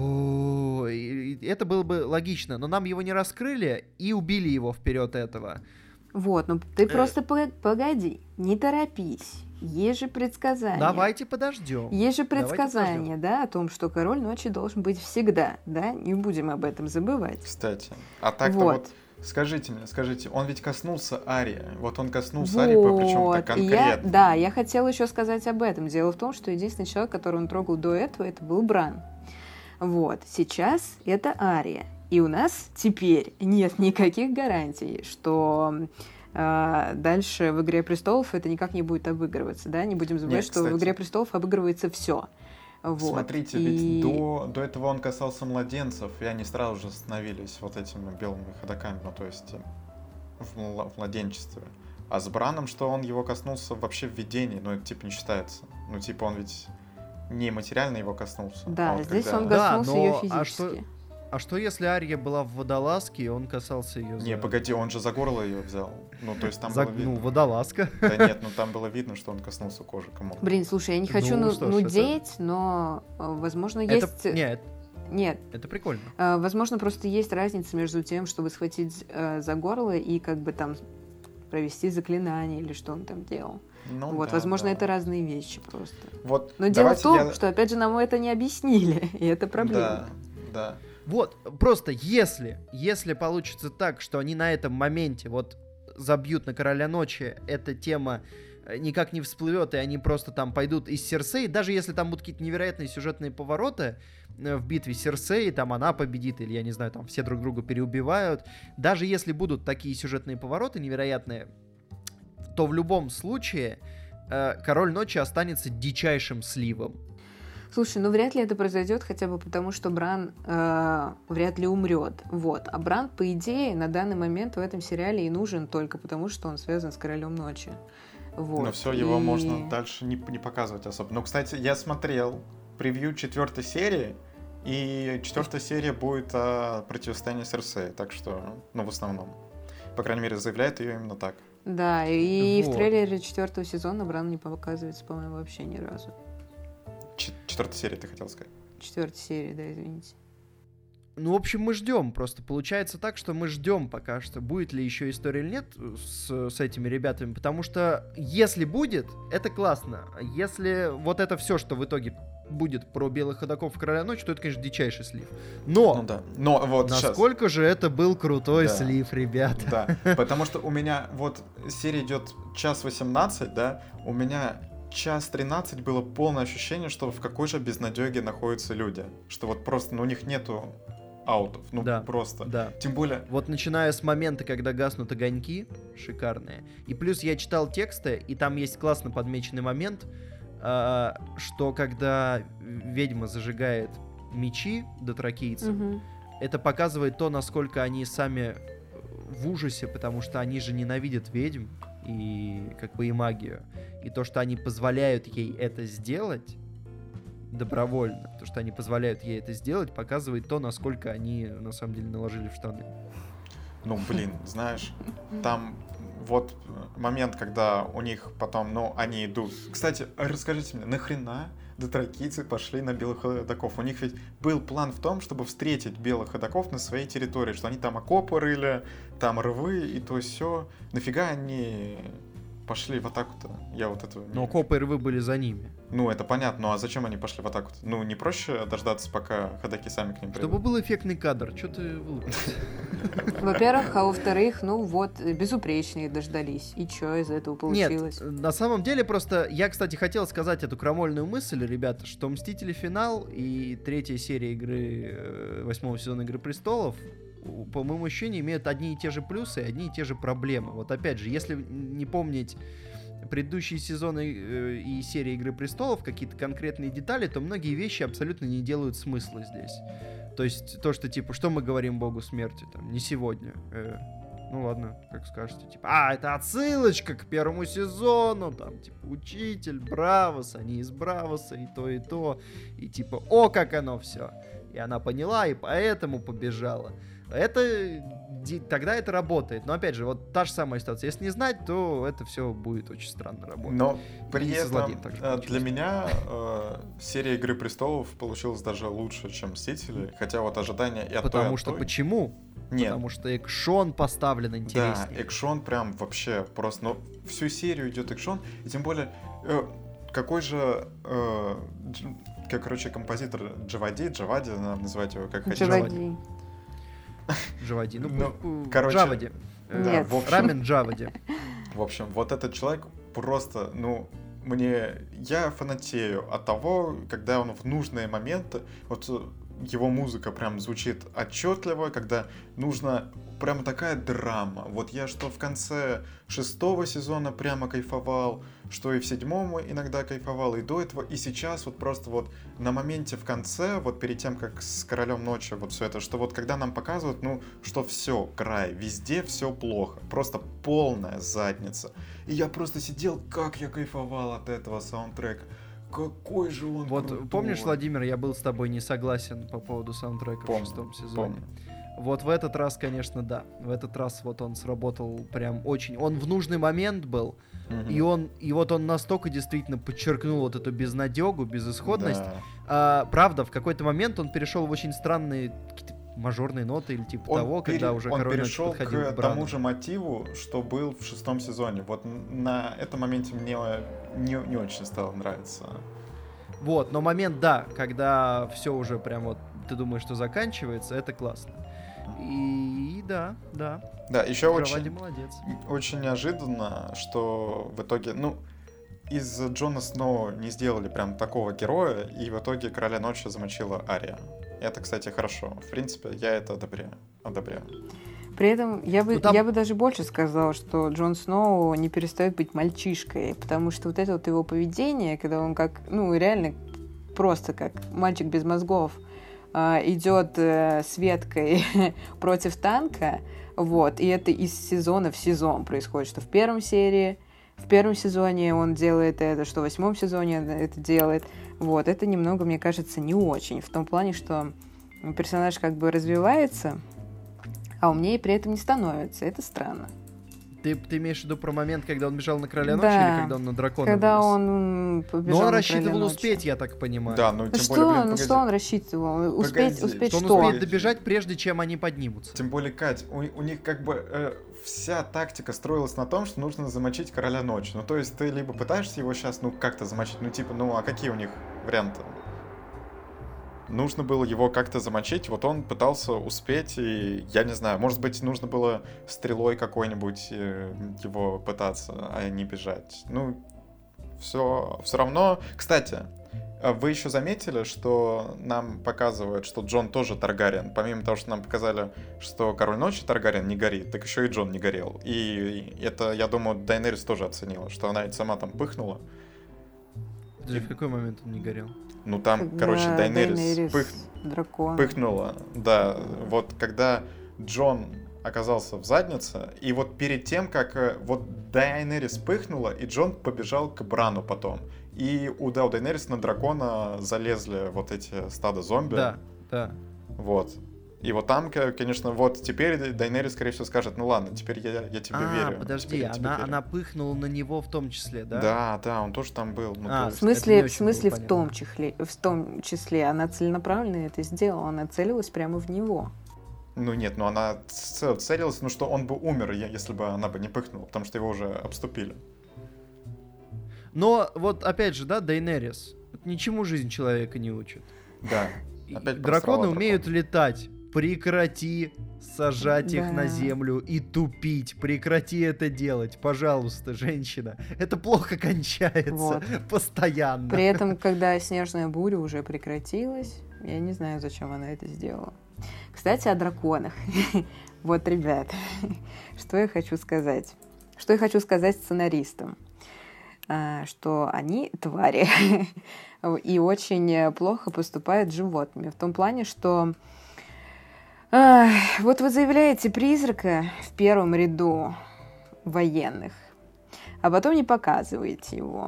И это было бы логично. Но нам его не раскрыли и убили его вперед этого. Вот, ну ты просто погоди. Не торопись. Есть же предсказания. Давайте подождем. Есть же предсказания, да, о том, что король ночи должен быть всегда. Да, не будем об этом забывать. Кстати, а так-то вот... Скажите, он ведь коснулся Арии. Вот он коснулся Арии, причем-то конкретно. Я хотела еще сказать об этом. Дело в том, что единственный человек, которого он трогал до этого, это был Бран. Вот. Сейчас это Ария. И у нас теперь нет никаких гарантий, что дальше в «Игре престолов» это никак не будет обыгрываться. Да? Не будем забывать, что в «Игре престолов» обыгрывается все. Вот. Смотрите, ведь до этого он касался младенцев, и они сразу же становились вот этими белыми ходоками, ну то есть в младенчестве. А с Браном, что он его коснулся вообще в видении, ну это типа не считается. Ну типа он ведь не материально его коснулся. Да, а вот здесь когда... он коснулся ее физически. А что если Ария была в водолазке, и он касался ее Не, погоди, он же за горло ее взял. Ну, то есть там было видно. Ну, водолазка. Да нет, ну там было видно, что он коснулся кожи комода. Блин, слушай, я не хочу нудеть, но, возможно, есть... Нет. Это прикольно. Возможно, просто есть разница между тем, чтобы схватить за горло и как бы там провести заклинание или что он там делал. Ну, вот, да, возможно, да. это разные вещи просто. Вот, но дело в том, что, опять же, нам это не объяснили, и это проблема. Да. Вот, просто если получится так, что они на этом моменте вот забьют на Короля Ночи, эта тема никак не всплывет, и они просто там пойдут из Серсеи, даже если там будут какие-то невероятные сюжетные повороты в битве Серсеи, там она победит, или, я не знаю, там все друг друга переубивают, даже если будут такие сюжетные повороты невероятные, то в любом случае Король Ночи останется дичайшим сливом. Слушай, ну вряд ли это произойдет, хотя бы потому, что Бран вряд ли умрет. Вот. А Бран, по идее, на данный момент в этом сериале и нужен только потому, что он связан с Королем Ночи. Вот. Но все, его можно дальше не показывать особо. Ну, кстати, я смотрел превью 4 серии, и 4 серия будет о противостоянии Серсеи, так что, ну, в основном. По крайней мере, заявляет ее именно так. Да, и Вот. в трейлере 4 сезона Бран не показывается, по-моему, вообще ни разу. 4 серия, ты хотел сказать? 4 серии, да, извините. Ну, в общем, мы ждем. Просто получается так, что мы ждем пока что, будет ли еще история или нет с этими ребятами. Потому что если будет, это классно. Если вот это все, что в итоге будет про белых ходоков и Короля Ночи, то это, конечно, дичайший слив. Но, Ну да. Но вот насколько же это был крутой Да. слив, ребята. Да, потому что у меня вот серия идет 1:18, да, у меня 1:13 было полное ощущение, что в какой же безнадеге находятся люди. Что вот просто, ну, у них нету аутов, ну, Да. просто. Да. Тем более... Вот начиная с момента, когда гаснут огоньки, шикарные. И плюс я читал тексты, и там есть классно подмеченный момент, что когда ведьма зажигает мечи дотракийцам, это показывает то, насколько они сами в ужасе, потому что они же ненавидят ведьм и как бы и магию. И то, что они позволяют ей это сделать добровольно, то, что они позволяют ей это сделать, показывает то, насколько они на самом деле наложили в штаны. Ну, блин, знаешь, там вот момент, когда у них потом, ну, они идут... Кстати, расскажите мне, нахрена дотракийцы пошли на белых ходоков? У них ведь был план в том, чтобы встретить белых ходоков на своей территории, что они там окопы рыли, там рвы и то сё. Нафига они пошли в атаку-то? Я вот этого... Но копы и рвы были за ними. Ну, это понятно, ну а зачем они пошли в атаку-то? Ну, не проще дождаться, пока ходаки сами к ним придут? Чтобы был эффектный кадр. Чё ты вылупился? Во-первых, а во-вторых, ну вот, безупречные дождались. И чё из этого получилось? Нет, на самом деле просто... Я, кстати, хотел сказать эту крамольную мысль, ребята, что «Мстители. Финал» и 3-я серия игры 8-го сезона «Игры престолов», по моему ощущению, имеют одни и те же плюсы и одни и те же проблемы. Вот опять же, если не помнить предыдущие сезоны и серии «Игры престолов», какие-то конкретные детали, то многие вещи абсолютно не делают смысла здесь. То есть то, что типа, что мы говорим богу смерти, там, не сегодня. Ну ладно, как скажете, типа, это отсылочка к 1-му сезону, там, типа, учитель, Бравос, они из Бравоса, и то, и типа, о, как оно все. И она поняла, и поэтому побежала. Тогда это работает. Но опять же, вот та же самая ситуация. Если не знать, то это все будет очень странно работать. Но при И со этом злодеем также для получилось. меня серия «Игры престолов» получилась даже лучше, чем «Мстители», хотя вот ожидания и от той, Потому от что той. почему? Нет. Потому что экшон поставлен Да, интереснее. экшон прям вообще просто, ну, всю серию идет экшон, и тем более, какой же, композитор Джавади, надо называть его как хотите. Джавади. Джавади. короче, Джавади. Да, Нет. в общем, Рамен Джавади. В общем, вот этот человек просто, ну, я фанатею от того, когда он в нужные моменты, вот его музыка прям звучит отчетливо, когда нужно прямо такая драма. Вот я что в конце 6-го сезона прямо кайфовал, что и в 7-м иногда кайфовал, и до этого, и сейчас вот просто вот на моменте в конце, вот перед тем, как с Королем Ночи вот все это, что вот когда нам показывают, ну, что все, край, везде все плохо, просто полная задница. И я просто сидел, как я кайфовал от этого саундтрека. Какой же он Вот крутой. помнишь, Владимир, я был с тобой не согласен по поводу саундтрека в 6-м сезоне. Помню. Вот в этот раз, конечно, да. В этот раз вот он сработал прям очень... Он в нужный момент был, Мгм. и вот он настолько действительно подчеркнул вот эту безнадегу, безысходность. Да. Правда, в какой-то момент он перешел в очень странные какие-то мажорные ноты или типа того, когда уже он Король Ночи перешел подходил к к Брану. тому же мотиву, что был в 6-м сезоне. Вот на этом моменте мне не очень стало нравиться. Вот, но момент, да, когда все уже прям вот ты думаешь, что заканчивается, это классно. И да. Да, еще Джавади молодец. очень неожиданно, что в итоге, ну, из Джона Сноу не сделали прям такого героя, и в итоге Короля Ночи замочила Ария. Это, кстати, хорошо. В принципе, я это одобряю. При этом я бы Ну, там- даже больше сказала, что Джон Сноу не перестает быть мальчишкой, потому что вот это вот его поведение, когда он как, ну, реально просто как мальчик без мозгов идет с веткой против танка, вот, и это из сезона в сезон происходит, что в первом сезоне он делает это, что в 8 сезоне это делает, вот, это немного, мне кажется, не очень, в том плане, что персонаж как бы развивается, а умнее при этом не становится, это странно. Ты имеешь в виду про момент, когда он бежал на Короля Ночи, Да, или когда он на дракона когда вылез? он побежал. Но он на рассчитывал Короля Ночи. успеть, я так понимаю. Да, ну Ну тем что, более, блин, ну что он рассчитывал? Успеть Погоди, что? Что он успеет добежать, прежде чем они поднимутся. Тем более, Кать, у них как бы вся тактика строилась на том, что нужно замочить Короля Ночи. Ну, то есть ты либо пытаешься его сейчас, ну, как-то замочить, ну, типа, ну, а какие у них варианты? Нужно было его как-то замочить, вот он пытался успеть, и, я не знаю, может быть, нужно было стрелой какой-нибудь его пытаться, а не бежать. Ну, все равно... Кстати, вы еще заметили, что нам показывают, что Джон тоже Таргариен? Помимо того, что нам показали, что Король Ночи Таргариен не горит, так еще и Джон не горел. И это, я думаю, Дайнерис тоже оценила, что она ведь сама там пыхнула. В какой момент он не горел? Ну там, Когда короче, Дайнерис дракон. пыхнула. Да, вот когда Джон оказался в заднице, и вот перед тем, как вот Дайнерис пыхнула, и Джон побежал к Брану потом. И у Дайнерис на дракона залезли вот эти стадо зомби. Да. Вот. И вот там, конечно, вот теперь Дайнерис, скорее всего, скажет, ну ладно, теперь я тебе верю. Подожди, она пыхнула на него в том числе, да? Да, он тоже там был. Ну, В смысле, в том числе, она целенаправленно это сделала, она целилась прямо в него. Ну нет, ну она целилась, ну что он бы умер, если бы она бы не пыхнула, потому что его уже обступили. Но вот опять же, да, Дайнерис ничему жизнь человека не учит. Да. Драконы умеют летать. Прекрати сажать их на землю и тупить. Прекрати это делать, пожалуйста, женщина. Это плохо кончается постоянно. При этом, когда снежная буря уже прекратилась, я не знаю, зачем она это сделала. Кстати, о драконах. Вот, ребят, что я хочу сказать. Что я хочу сказать сценаристам. Что они твари и очень плохо поступают с животными. В том плане, что вот вы заявляете призрака в первом ряду военных, а потом не показываете его.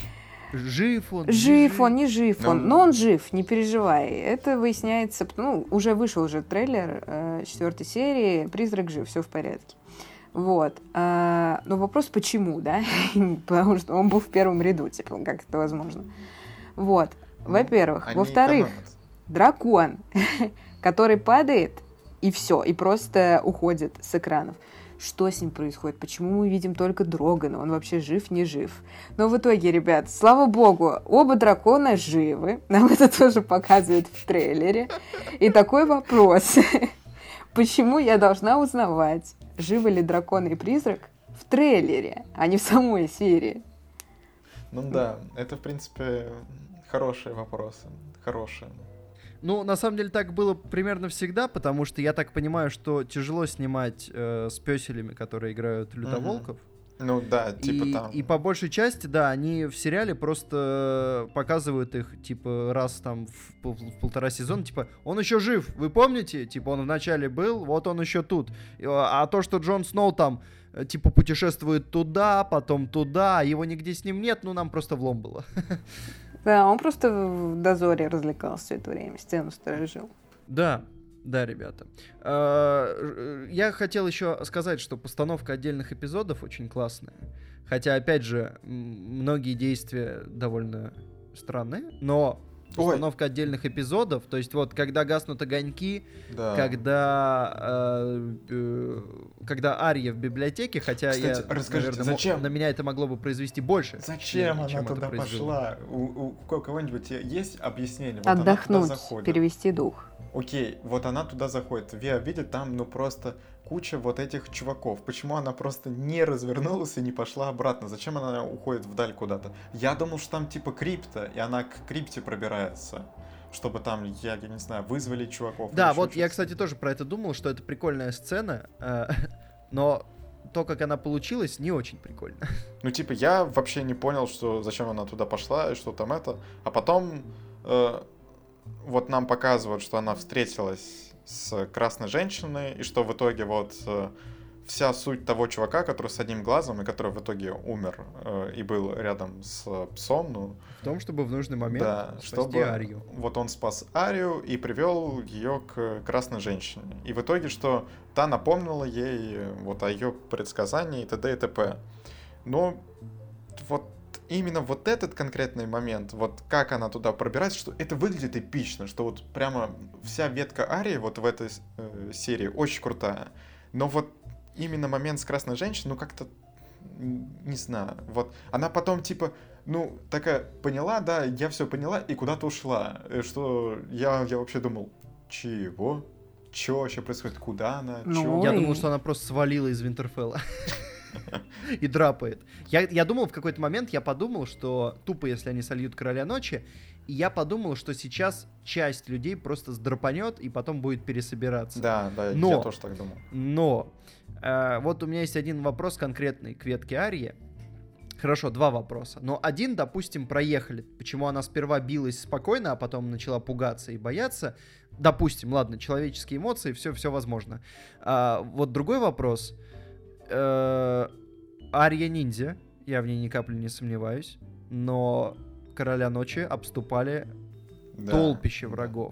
Жив он, не жив он. Но он жив, не переживай. Это выясняется, уже вышел трейлер 4-й серии, призрак жив, все в порядке. Вот. Но вопрос, почему, да? Потому что он был в первом ряду, типа, как это возможно. Вот. Во-первых. Во-вторых, дракон, который падает, и все, и просто уходит с экранов. Что с ним происходит? Почему мы видим только Дрогана? Он вообще жив, не жив? Но в итоге, ребят, слава богу, оба дракона живы. Нам это тоже показывают в трейлере. И такой вопрос. Почему я должна узнавать, живы ли дракон и призрак в трейлере, а не в самой серии? Ну да, это, в принципе, хорошие вопросы. Хорошие. Ну, на самом деле, так было примерно всегда, потому что я так понимаю, что тяжело снимать с пёселями, которые играют лютоволков. Ну да, типа там. И по большей части, да, они в сериале просто показывают их, типа, раз там в полтора сезона, типа, он еще жив, вы помните? Типа, он вначале был, вот он еще тут. А то, что Джон Сноу там, типа, путешествует туда, потом туда, его нигде с ним нет, ну, нам просто влом было. Да, он просто в дозоре развлекался все это время, сцену сторожил. Да, ребята. Я хотел еще сказать, что постановка отдельных эпизодов очень классная. Хотя, опять же, многие действия довольно странные, но постановка отдельных эпизодов, то есть вот когда гаснут огоньки, когда Ария в библиотеке, хотя кстати, наверное, зачем? на меня это могло бы произвести больше. Зачем она туда пошла? У кого-нибудь есть объяснение? Вот отдохнуть, перевести дух. Окей, вот она туда заходит. Виа видит там, ну просто куча вот этих чуваков. Почему она просто не развернулась и не пошла обратно? Зачем она уходит вдаль куда-то? Я думал, что там типа крипта, и она к крипте пробирается. Чтобы там, я не знаю, вызвали чуваков. Да, вот я, кстати, тоже про это думал, что это прикольная сцена, но то, как она получилась, не очень прикольно. Ну, типа, я вообще не понял, что зачем она туда пошла и что там это. А потом вот нам показывают, что она встретилась с красной женщиной, и что в итоге вот вся суть того чувака, который с одним глазом, и который в итоге умер и был рядом с псом, ну... В том, чтобы в нужный момент спасти Арию. Вот он спас Арию и привел ее к красной женщине. И в итоге, что та напомнила ей вот о ее предсказании и т.д. и т.п. Но вот именно вот этот конкретный момент, вот как она туда пробирается, что это выглядит эпично, что вот прямо вся ветка Арии вот в этой серии очень крутая. Но вот именно момент с красной женщиной, ну как-то, не знаю, вот она потом типа, ну такая поняла, да, я все поняла и куда-то ушла, что я вообще думал, чего? Че вообще происходит? Куда она? Ну, Я думал, что она просто свалила из Винтерфелла. И драпает. Я думал в какой-то момент, я подумал, что тупо, если они сольют Короля Ночи, и я подумал, что сейчас часть людей просто сдрапанет и потом будет пересобираться. Да, я тоже так думал. Но вот у меня есть один вопрос конкретный к ветке Арии. Хорошо, два вопроса. Но один, допустим, проехали. Почему она сперва билась спокойно, а потом начала пугаться и бояться. Допустим, ладно, человеческие эмоции, все возможно. Вот другой вопрос. Ария ниндзя, я в ней ни капли не сомневаюсь, но Короля Ночи обступали толпище врагов.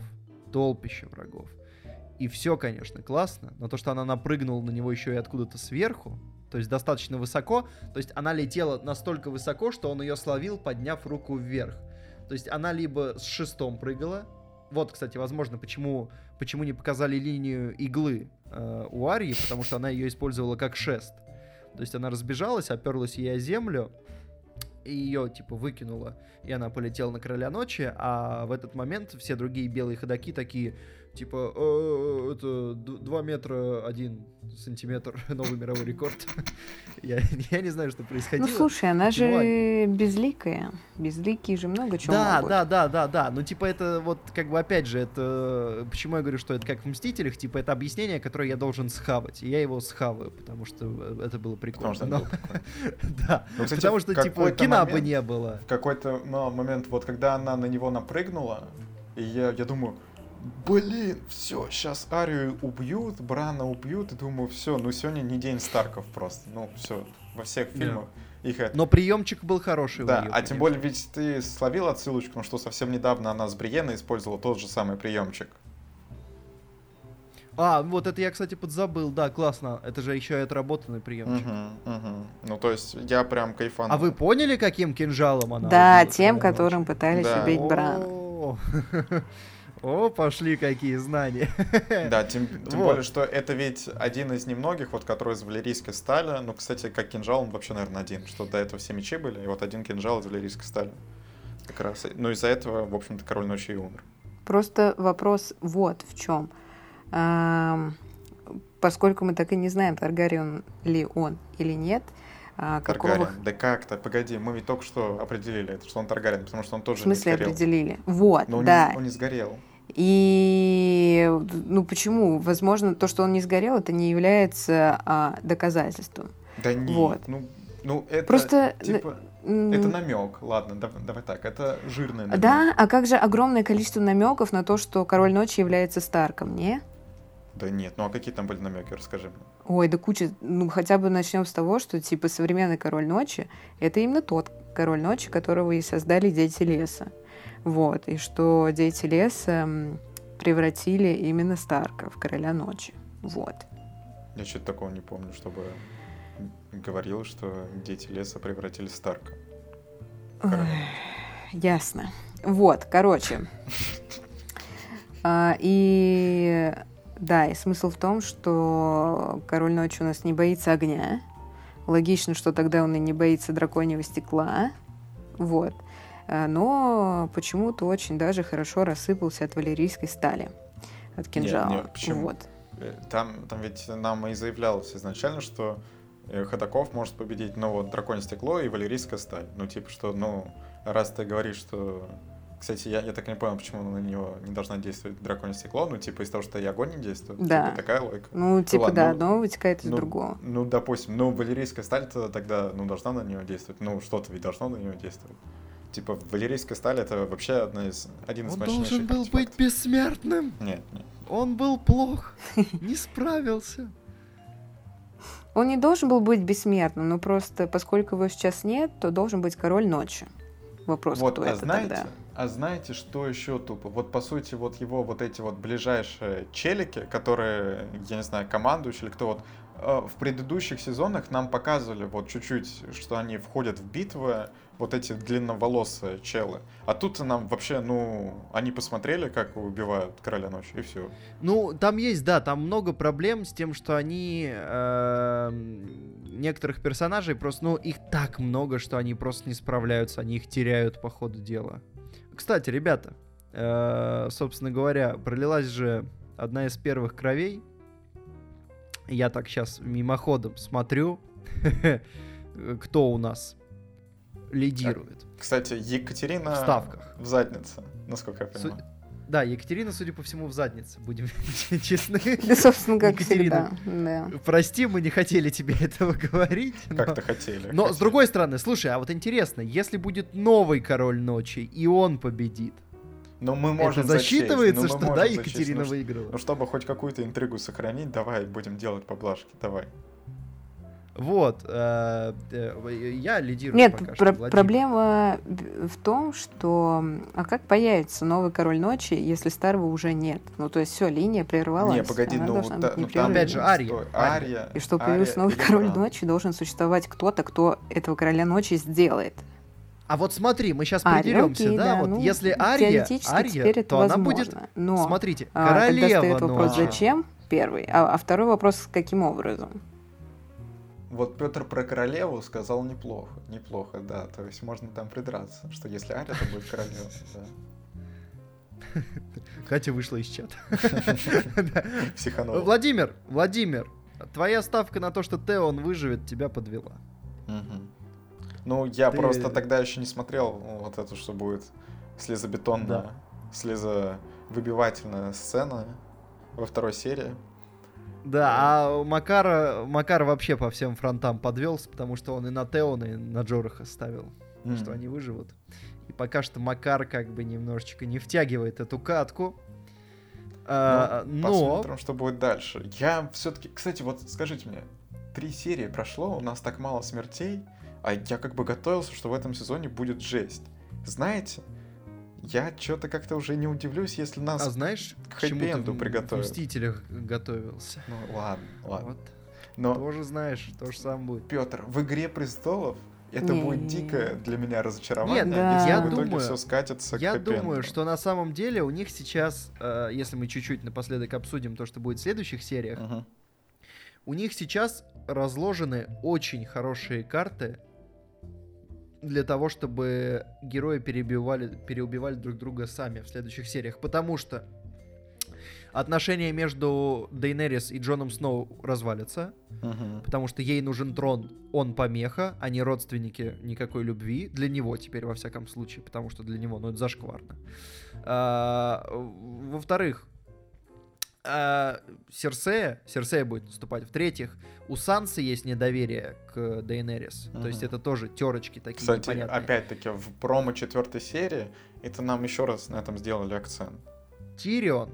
И все, конечно, классно, но то, что она напрыгнула на него еще и откуда-то сверху, то есть достаточно высоко, то есть она летела настолько высоко, что он ее словил, подняв руку вверх. То есть она либо с шестом прыгала, вот, кстати, возможно, почему не показали линию иглы у Арии, потому что она ее использовала как шест. То есть она разбежалась, оперлась ей о землю, и ее, типа, выкинула, и она полетела на Короля Ночи, а в этот момент все другие белые ходаки такие, типа, это 2 метра 1 сантиметр, новый мировой рекорд. Я не знаю, что происходило. Ну, слушай, она же безликая. Безликие же много чего могут. Да. Ну, типа, это вот, как бы, опять же, это... Почему я говорю, что это как в «Мстителях», типа, это объяснение, которое я должен схавать. И я его схаваю, потому что это было прикольно. Да, потому что, типа, кино бы не было. В какой-то момент, вот, когда она на него напрыгнула, и я думаю... Блин, все, сейчас Арию убьют, Брана убьют, и думаю, все, ну сегодня не день Старков просто, ну все, во всех фильмах их это... Но приемчик был хороший. Да, тем более ведь ты словил отсылочку, ну что совсем недавно она с Бриенной использовала тот же самый приемчик. Вот это я, кстати, подзабыл, да, классно, это же еще и отработанный приемчик. Ну то есть я прям кайфанул. А вы поняли, каким кинжалом она? Да, тем, которым пытались убить Брана. О, пошли какие знания. Да, тем более, что это ведь один из немногих, вот, который из валерийской стали. Ну, кстати, как кинжал, он вообще, наверное, один. Что до этого все мечи были, и вот один кинжал из валерийской стали. Как раз. Ну, из-за этого, в общем-то, Король Ночи и умер. Просто вопрос вот в чем. Поскольку мы так и не знаем, Таргариен ли он или нет, Таргариен. Да как-то, погоди, мы ведь только что определили это, что он Таргариен, потому что он тоже не сгорел. В смысле определили? Вот, но да. Он не сгорел. И, ну почему? Возможно, то, что он не сгорел, это не является доказательством. Да нет, вот. ну это просто типа... Это намек, ладно, давай так, это жирный намек. Да, а как же огромное количество намеков на то, что Король Ночи является Старком, не? Да нет, ну а какие там были намеки, расскажи мне. Ой, да куча, ну хотя бы начнем с того, что типа современный Король Ночи это именно тот Король Ночи, которого и создали Дети Леса. Вот, и что Дети Леса превратили именно Старка в Короля Ночи. Вот. Я что-то такого не помню, чтобы говорил, что Дети Леса превратили Старка. Ясно. Вот, короче. И да, и смысл в том, что Король Ночи у нас не боится огня. Логично, что тогда он и не боится драконьего стекла. Вот. Но почему-то очень даже хорошо рассыпался от валерийской стали. От кинжала. Нет, почему? Вот. Там ведь нам и заявлялось изначально, что ходоков может победить, ну вот, драконье стекло и валерийская сталь. Ну, типа, что, ну, раз ты говоришь, что... Кстати, я так и не понял, почему на него не должна действовать драконье стекло. Ну, типа, из-за того, что и огонь не действует. Да. Типа, такая логика. Ну, типа, ладно, да, одно вытекает из другого. Ну, допустим, ну, валерийская сталь-то тогда, ну, должна на него действовать. Ну, что-то ведь должно на него действовать. Типа, Валерийская сталь — это вообще один из Он мощнейших должен был быть артефактов. бессмертным. Нет. Он был плох, не справился. Он не должен был быть бессмертным, но просто, поскольку его сейчас нет, то должен быть король ночи. Вопрос, Вот, кто это тогда? А знаете, что еще тупо? Вот, по сути, вот его вот эти вот ближайшие челики, которые, я не знаю, командующие или кто вот, в предыдущих сезонах нам показывали вот чуть-чуть, что они входят в битвы, вот эти длинноволосые челы. А тут нам вообще, они посмотрели, как убивают Короля Ночи, и все. Ну, там есть, да, там много проблем с тем, что они некоторых персонажей просто, их так много, что они просто не справляются, они их теряют по ходу дела. Кстати, ребята, собственно говоря, пролилась же одна из первых кровей. Я так сейчас мимоходом смотрю, кто у нас лидирует. Кстати, Екатерина в ставках. В заднице, насколько я понимаю. Да, Екатерина, судя по всему, в заднице, будем честны. Да, собственно, как Екатерина, всегда. Да. прости, мы не хотели тебе этого говорить. Как-то хотели. Но с другой стороны, слушай, а вот интересно, если будет новый король ночи, и он победит, но мы можем это засчитывается, что да, Екатерина зачесть. выиграла? Ну, чтобы хоть какую-то интригу сохранить, давай будем делать поблажки, давай. Вот, я лидирую Нет, пока что. проблема в том, что... А как появится новый король ночи, если старого уже нет? Ну, то есть все, линия прервалась. Не, погоди, она должна быть там непрерывной. опять же, Ария. И чтобы появился новый король ночи, должен существовать кто-то, кто этого короля ночи сделает. А вот смотри, мы сейчас Ария, придеремся, окей, да, вот если теоретически теперь Ария, это то возможно. она будет, Но, смотрите, когда королева стоит вопрос, ночи. зачем, первый, а второй вопрос, каким образом? Вот Петр про королеву сказал неплохо, да, то есть можно там придраться, что если Ария, то будет королева, да. Катя вышла из чата. Психанула. Владимир, твоя ставка на то, что Теон выживет, тебя подвела. Ну, я просто тогда еще не смотрел вот эту, что будет слезобетонная, слезовыбивательная сцена во второй серии. Да, а Макар вообще по всем фронтам подвелся, потому что он и на Теона, и на Джораха ставил, что они выживут. И пока что Макар как бы немножечко не втягивает эту катку. Но... Посмотрим, что будет дальше. Я все-таки... Кстати, вот скажите мне, 3 серии прошло, у нас так мало смертей, а я как бы готовился, что в этом сезоне будет жесть. Знаете, я что-то как-то уже не удивлюсь, если нас знаешь, к хэппи-энду приготовят. В «Мстителях» готовился. Ну ладно. Вот. Но тоже знаешь, то же самое будет. Петр, в «Игре престолов» это будет дикое для меня разочарование, Нет, если я в итоге думаю, все скатится к хэппи-энду. Я думаю, что на самом деле у них сейчас, если мы чуть-чуть напоследок обсудим то, что будет в следующих сериях, у них сейчас разложены очень хорошие карты для того, чтобы герои переубивали друг друга сами в следующих сериях. Потому что отношения между Дейенерис и Джоном Сноу развалятся. Потому что ей нужен трон, он помеха, они родственники, никакой любви. Для него теперь, во всяком случае, потому что для него, это зашкварно. Во-вторых, Серсея будет наступать. В-третьих, у Сансы есть недоверие к Дейенерис. То есть это тоже терочки такие. Кстати, непонятные. опять-таки, в промо 4 серии это нам еще раз на этом сделали акцент. Тирион,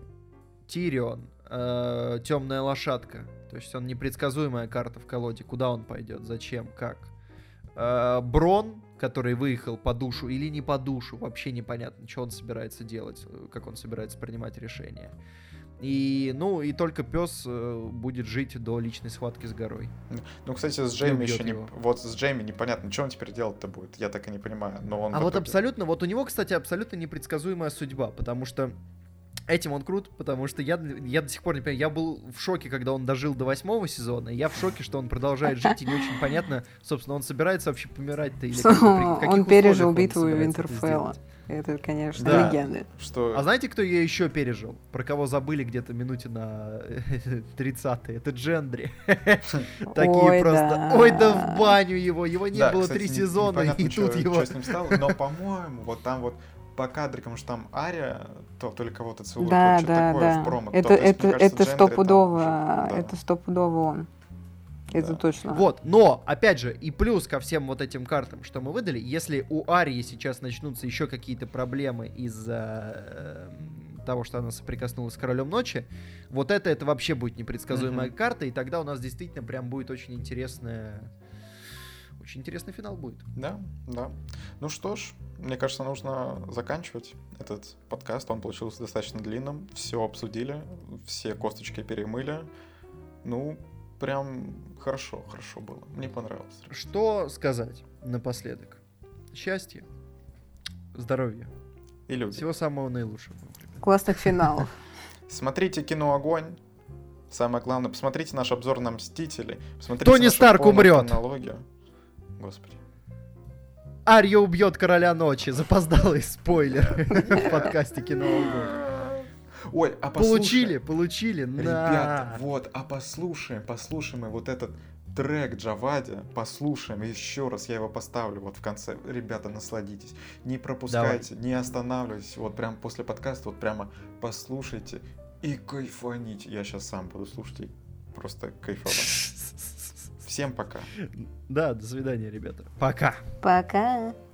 темная лошадка. То есть он непредсказуемая карта в колоде. Куда он пойдет, зачем, как. Брон, который выехал по душу или не по душу, вообще непонятно, что он собирается делать, как он собирается принимать решения. И только пес будет жить до личной схватки с горой. Ну, кстати, с Джейми еще не... Вот с Джейми непонятно, что он теперь делать-то будет. Я так и не понимаю. Но он вот абсолютно... Вот у него, кстати, абсолютно непредсказуемая судьба, потому что этим он крут, потому что я до сих пор не понимаю. Я был в шоке, когда он дожил до 8 сезона, и я в шоке, что он продолжает жить, и не очень понятно, собственно, он собирается вообще помирать-то или он пережил битву Винтерфелла. Это, конечно, легенда. А знаете, кто ее еще пережил? Про кого забыли где-то минуте на 30-е? Это Джендри. Такие просто... Ой, да в баню его! Его не было 3 сезона, и тут его... Что с ним стало, но, по-моему, вот там вот по кадрикам, что там Ария, то ли кого-то целует, да, что-то такое в промо. Это стопудово он. Это Да. точно. Вот, но, опять же, и плюс ко всем вот этим картам, что мы выдали, если у Арии сейчас начнутся еще какие-то проблемы из-за того, что она соприкоснулась с Королем Ночи, вот это вообще будет непредсказуемая карта, и тогда у нас действительно прям будет очень интересный финал будет. Да, да. Ну что ж, мне кажется, нужно заканчивать этот подкаст. Он получился достаточно длинным. Все обсудили, все косточки перемыли. Ну, прям хорошо было. Мне понравилось. Что сказать напоследок? Счастья, здоровья, И любви. всего самого наилучшего. Классных финалов. Смотрите кино «Огонь». Самое главное, посмотрите наш обзор на «Мстителей». Посмотрите Тони нашу Старк полную умрет. хронологию. Господи. Ария убьет Короля Ночи. Запоздалый спойлер в подкасте «Кино Огонь». Ой, а послушай. Получили. Ребята, На. вот, а послушаем мы вот этот трек Джавади, послушаем еще раз, я его поставлю вот в конце. Ребята, насладитесь, не пропускайте, не останавливайтесь, вот прям после подкаста, вот прямо послушайте и кайфаните. Я сейчас сам буду слушать и просто кайфовать. Всем пока. Да, до свидания, ребята. Пока. Пока.